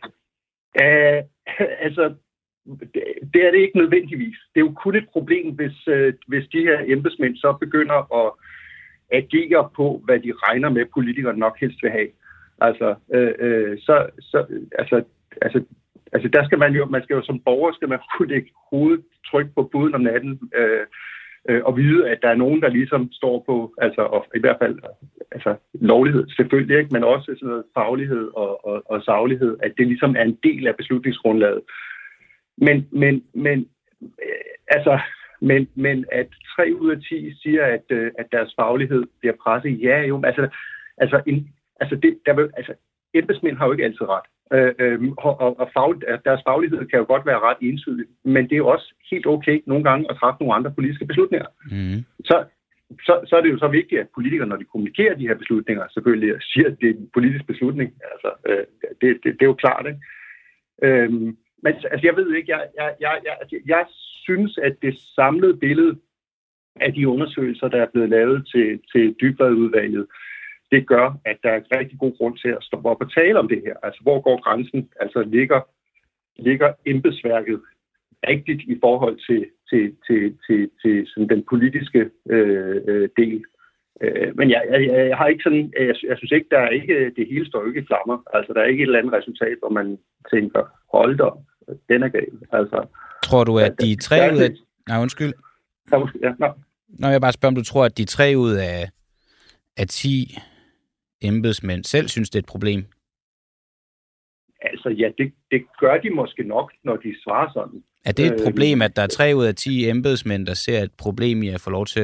Det er det ikke nødvendigvis. Det er jo kun et problem, hvis de her embedsmænd så begynder at agere på, hvad de regner med, politikerne nok helst vil have. Der skal man skal jo som borger, skal man kunne lægge hovedet tryk på buden om natten, og vide, at der er nogen, der ligesom står på, altså og i hvert fald altså lovlighed selvfølgelig ikke, men også sådan noget faglighed og saglighed, at det ligesom er en del af beslutningsgrundlaget. Men at 3 ud af 10 siger, at deres faglighed bliver presset, ja jo, embedsmænd har jo ikke altid ret. Deres faglighed kan jo godt være ret entydig, men det er jo også helt okay nogle gange at træffe nogle andre politiske beslutninger. Så er det jo så vigtigt, at politikere, når de kommunikerer de her beslutninger, selvfølgelig siger, at det er en politisk beslutning. Det er jo klart, ikke? Men jeg ved ikke, jeg synes, at det samlede billede af de undersøgelser, der er blevet lavet til Dybvad-udvalget, det gør, at der er en rigtig god grund til at stoppe op og tale om det her. Altså, hvor går grænsen? Altså, ligger embedsværket rigtigt i forhold til sådan den politiske del? Men jeg har ikke sådan, jeg synes ikke, der er ikke, det hele står ikke i flammer. Altså, der er ikke et eller andet resultat, hvor man tænker, hold da, den er gal. Altså, tror du, at de 3 ud af... Nej, undskyld. Ja, Nå, jeg bare spørger, om du tror, at de 3 ud af 10 embedsmænd selv synes, det er et problem? Altså, ja, det gør de måske nok, når de svarer sådan. Er det et problem, at der er 3 ud af 10 embedsmænd, der ser et problem i at få lov til at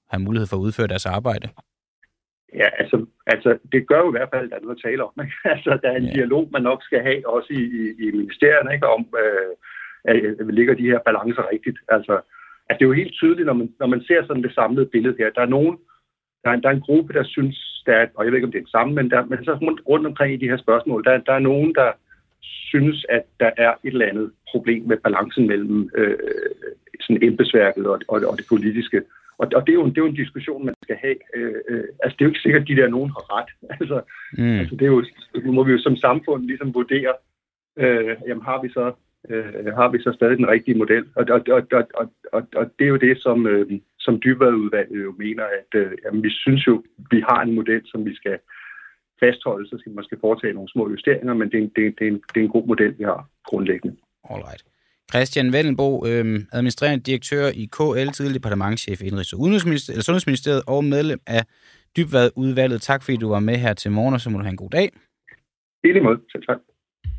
have mulighed for at udføre deres arbejde? Ja, altså det gør jo i hvert fald, at der er noget at tale om. Ikke? Altså, der er en dialog, man nok skal have, også i ministerierne, ikke? Om, at ligger de her balancer rigtigt. Altså, det er jo helt tydeligt, når man ser sådan det samlede billede her. Der er en gruppe, der synes, og jeg ved ikke, om det er det samme, men så rundt omkring i de her spørgsmål, der er nogen, der synes, at der er et eller andet problem med balancen mellem sådan embedsværket og det politiske. Og det er jo en diskussion, man skal have. Altså, det er jo ikke sikkert, at de der nogen har ret. Altså, det er jo, må vi jo som samfund ligesom vurdere, jamen har vi så stadig den rigtige model? Og det er jo det, som Dybvadudvalget jo mener, at jamen, vi synes jo, vi har en model, som vi skal fastholde, så skal man måske foretage nogle små justeringer, men det er en god model, vi har grundlæggende. Alright. Christian Wellenbo, administrerende direktør i KL, tidligere departementschef i Indenrigs- og Sundhedsministeriet og medlem af Dybvadudvalget. Tak fordi du var med her til morgen, og så må du have en god dag. I lige måde. Selv tak.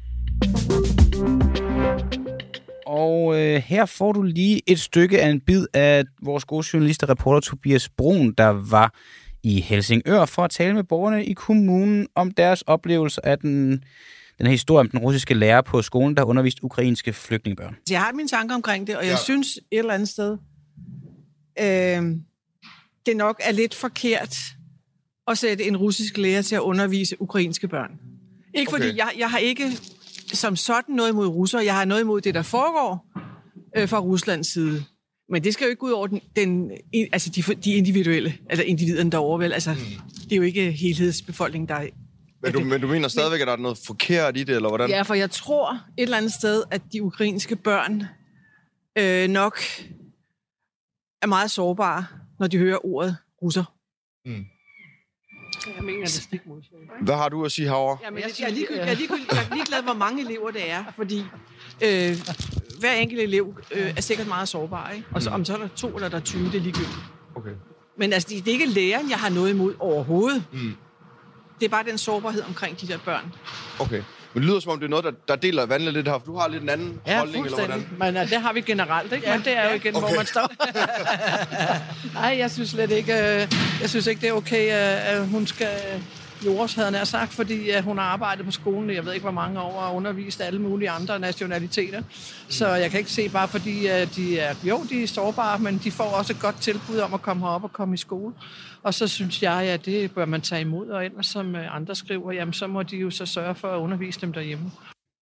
Og her får du lige et stykke af en bid af vores gode journalist og reporter Tobias Brun, der var i Helsingør for at tale med borgerne i kommunen om deres oplevelse af den her historie om den russiske lærer på skolen, der underviste ukrainske flygtningebørn. Jeg har mine tanker omkring det, og jeg synes et eller andet sted, det nok er lidt forkert at sætte en russisk lærer til at undervise ukrainske børn. Ikke fordi jeg har ikke som sådan noget imod russere, jeg har noget imod det, der foregår fra Ruslands side. Men det skal jo ikke gå ud over de individuelle, altså individerne derovre, vel? Altså, det er jo ikke helhedsbefolkningen, der er... Men du mener stadigvæk, at der er noget forkert i det, eller hvordan? Ja, for jeg tror et eller andet sted, at de ukrainske børn nok er meget sårbare, når de hører ordet russer. Jeg mener det stik modsatte. Hvad har du at sige herovre? Jamen, jeg er ligeglad, hvor mange elever det er, fordi hver enkelt elev er sikkert meget sårbar, ikke? Og så, om så er der 2 eller der er 20, det er ligegyldigt. Okay. Men altså, det er ikke læreren, jeg har noget imod overhovedet. Det er bare den sårbarhed omkring de der børn. Okay. Men det lyder som om, det er noget, der deler vandene lidt her, for du har lidt en anden holdning, eller hvordan? Men det har vi generelt, ikke? Ja, men det er jo igen, hvor man står. Nej, jeg synes slet ikke, det er okay, at hun skal jordes, havde jeg sagt, fordi hun har arbejdet på skolen, jeg ved ikke, hvor mange år, og undervist alle mulige andre nationaliteter. Så jeg kan ikke se, bare fordi de er sårbare, men de får også et godt tilbud om at komme herop og komme i skole. Og så synes jeg, at det bør man tage imod, og ellers som andre skriver, jamen så må de jo så sørge for at undervise dem derhjemme.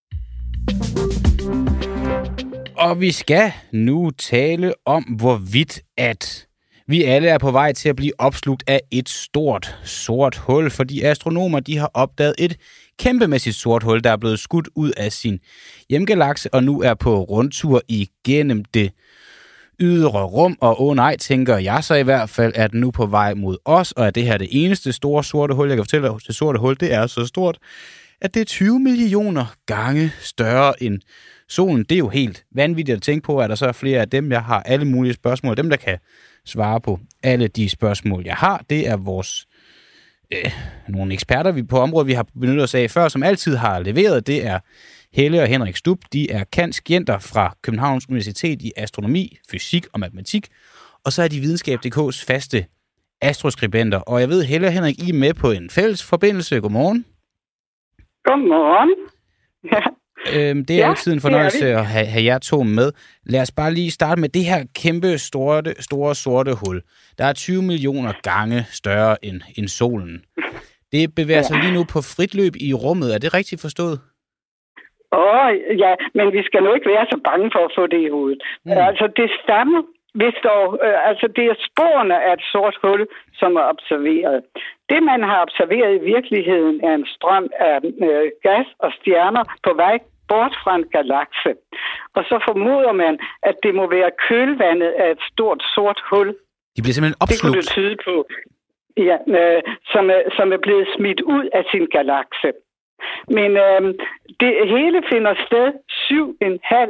Og vi skal nu tale om, hvorvidt at vi alle er på vej til at blive opslugt af et stort sort hul, fordi astronomer de har opdaget et kæmpemæssigt sort hul, der er blevet skudt ud af sin hjemgalakse og nu er på rundtur igennem det ydre rum, og nej, tænker jeg så i hvert fald, er den nu på vej mod os, og er det her det eneste store sorte hul, jeg kan fortælle dig, det sorte hul, det er så stort, at det er 20 millioner gange større end solen. Det er jo helt vanvittigt at tænke på, at der så er flere af dem, jeg har alle mulige spørgsmål, dem der kan svare på alle de spørgsmål, jeg har, det er vores nogle eksperter vi på området, vi har benyttet os af før, som altid har leveret, det er Helle og Henrik Stub, de er kanskjenter fra Københavns Universitet i astronomi, fysik og matematik, og så er de Videnskab.dk's faste astroskribenter. Og jeg ved, Helle og Henrik, I er med på en fælles forbindelse. Godmorgen. Godmorgen. Ja. Det er altid en fornøjelse at have jer to med. Lad os bare lige starte med det her kæmpe store sorte hul. Der er 20 millioner gange større end solen. Det bevæger sig lige nu på frit løb i rummet. Er det rigtigt forstået? Ja, men vi skal nu ikke være så bange for at få det i hovedet. Altså, det stammer, det er sporene af et sort hul, som er observeret. Det, man har observeret i virkeligheden, er en strøm af gas og stjerner på vej bort fra en galakse. Og så formoder man, at det må være kølvandet af et stort sort hul. De bliver simpelthen opslugt. Det kunne det tyde på. Ja, som er blevet smidt ud af sin galakse. Men det hele finder sted 7,5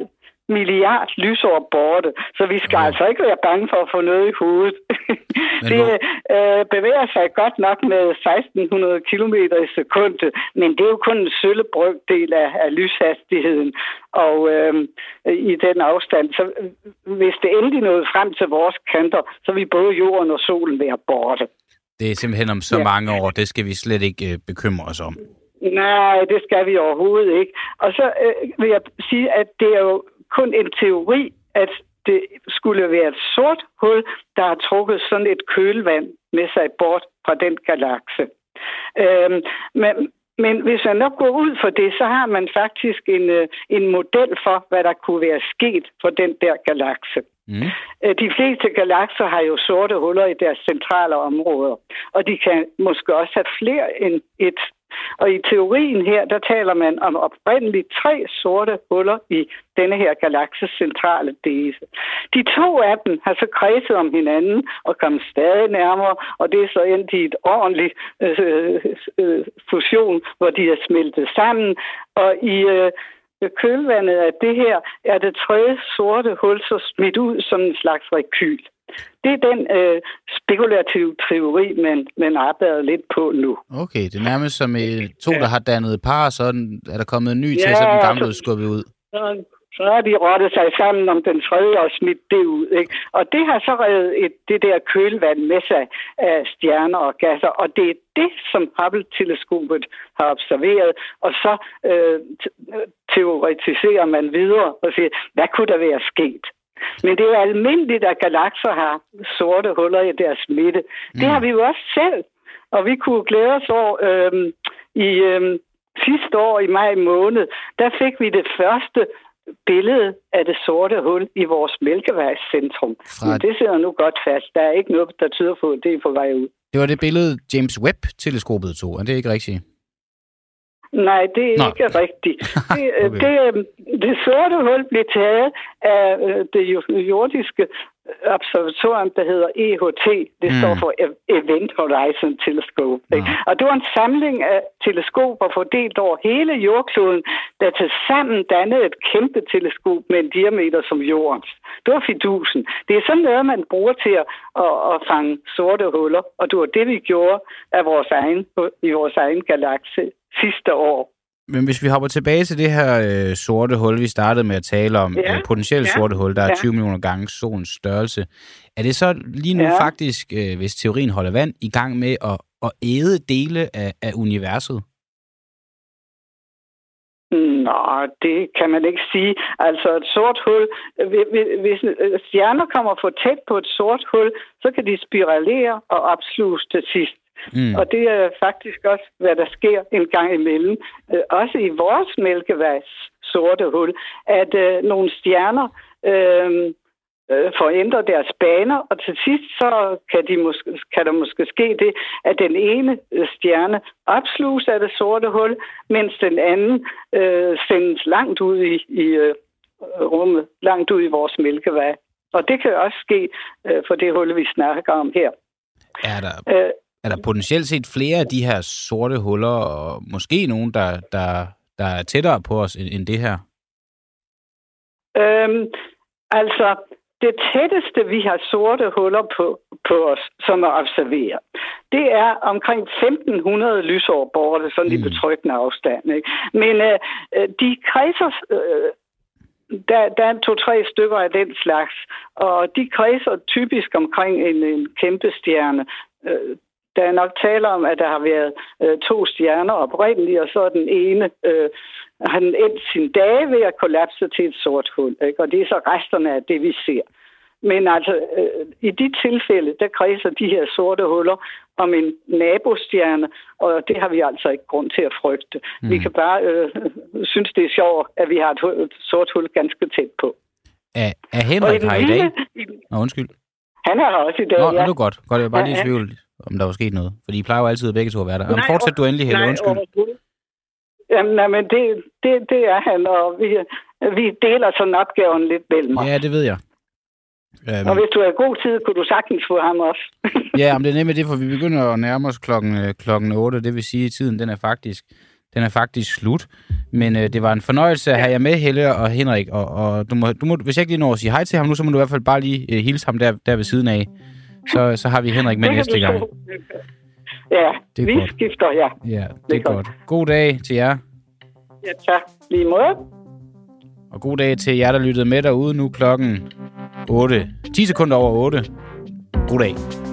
milliard lysår borte, så vi skal altså ikke være bange for at få noget i hovedet. Det bevæger sig godt nok med 1600 kilometer i sekundet, men det er jo kun en sølle brøkdel af lyshastigheden, og i den afstand. Så hvis det endelig nåede frem til vores kanter, så vil både jorden og solen være borte. Det er simpelthen om så mange år, det skal vi slet ikke bekymre os om. Nej, det skal vi overhovedet ikke. Og så vil jeg sige, at det er jo kun en teori, at det skulle være et sort hul, der har trukket sådan et kølvand med sig bort fra den galakse. Men hvis man nok går ud for det, så har man faktisk en model for, hvad der kunne være sket for den der galakse. De fleste galakser har jo sorte huller i deres centrale områder, og de kan måske også have flere end et. Og i teorien her, der taler man om oprindeligt 3 sorte huller i denne her galakses centrale dele. De 2 af dem har så kredset om hinanden og kommet stadig nærmere, og det er så endt i et ordentligt fusion, hvor de er smeltet sammen. Og i kølvandet af det her er det 3. sorte hul så smidt ud som en slags rekyl. Det er den spekulative teori, man arbejder lidt på nu. Okay, det er nærmest som 2, der har dannet par, så er der kommet en ny til, så den gamle er skubbet ud. Så har de rottet sig sammen om den 3. og smidt det ud. Ikke? Og det har så revet det der kølvand med sig af stjerner og gasser, og det er det, som Hubble-teleskopet har observeret, og så teoretiserer man videre og siger, hvad kunne der være sket? Men det er jo almindeligt, at galakser har sorte huller i deres midte. Det har vi jo også selv, og vi kunne glæde os over sidste år i maj måned, der fik vi det første billede af det sorte hul i vores Mælkevejscentrum. Men det sidder nu godt fast. Der er ikke noget, der tyder på, at det er på vej ud. Det var det billede, James Webb-teleskopet tog. Er det ikke rigtigt? Nej, det er ikke rigtigt. Det sorte hul blev taget af det jordiske observatorium, der hedder EHT. Det står for Event Horizon Telescope. Og det var en samling af teleskoper fordelt over hele jordkloden, der tilsammen dannede et kæmpe teleskop med en diameter som jordens. Det var fidusen. Det er sådan noget, man bruger til at fange sorte huller, og det var det, vi gjorde af i vores egen galakse sidste år. Men hvis vi hopper tilbage til det her sorte hul, vi startede med at tale om, potentielt sorte hul, der er 20 millioner gange solens størrelse. Er det så lige nu faktisk, hvis teorien holder vand, i gang med at æde dele af universet? Nå, det kan man ikke sige. Altså et sort hul, hvis stjerner kommer for tæt på et sort hul, så kan de spiralere og opsluge til sidst. Og det er faktisk også, hvad der sker en gang imellem. Også i vores Mælkevejs sorte hul, at nogle stjerner får ændret deres baner, og til sidst så kan der måske ske det, at den ene stjerne opsluges af det sorte hul, mens den anden sendes langt ud i rummet, langt ud i vores Mælkevej. Og det kan også ske for det hul, vi snakker om her. Er der potentielt set flere af de her sorte huller, og måske nogen, der er tættere på os end det her? Altså, det tætteste, vi har sorte huller på os, som er observeret, det er omkring 1500 lysår borte, sådan i betryggende afstand. Ikke? Men de kredser... Der er 2-3 stykker af den slags, og de kredser typisk omkring en kæmpe stjerne. Der er nok tale om, at der har været 2 stjerner oprindeligt, og så er den ene har den endt sine dage ved at kollapse til et sort hul. Ikke? Og det er så resterne af det, vi ser. Men altså, i de tilfælde, der kredser de her sorte huller om en nabostjerne, og det har vi altså ikke grund til at frygte. Vi kan bare synes, det er sjovt, at vi har et sort hul ganske tæt på. Er Henrik her i dag? Undskyld. Han er her også i dag, ja. Det er godt. Jeg var bare lige i tvivl, om der var sket noget. For I plejer jo altid begge to at være der. Fortsæt du endelig, Helle. Undskyld. Jamen, det er han, og vi deler sådan opgaven lidt mellem os. Ja, det ved jeg. Og hvis du har god tid, kunne du sagtens få ham også. Ja, men det er nemlig det, for vi begynder at nærme os klokken 8. Det vil sige, at tiden den Den er faktisk slut. Men det var en fornøjelse at have jer med, Helle og Henrik. Og du må, hvis jeg ikke lige når at sige hej til ham nu, så må du i hvert fald bare lige hilse ham der ved siden af. Så har vi Henrik med næste gang. Ja, det vi godt. Skifter, ja. Ja, det er godt. God dag til jer. Ja, tak. Lige måde. Og god dag til jer, der lyttede med derude nu klokken 8. 10 sekunder over 8. God dag.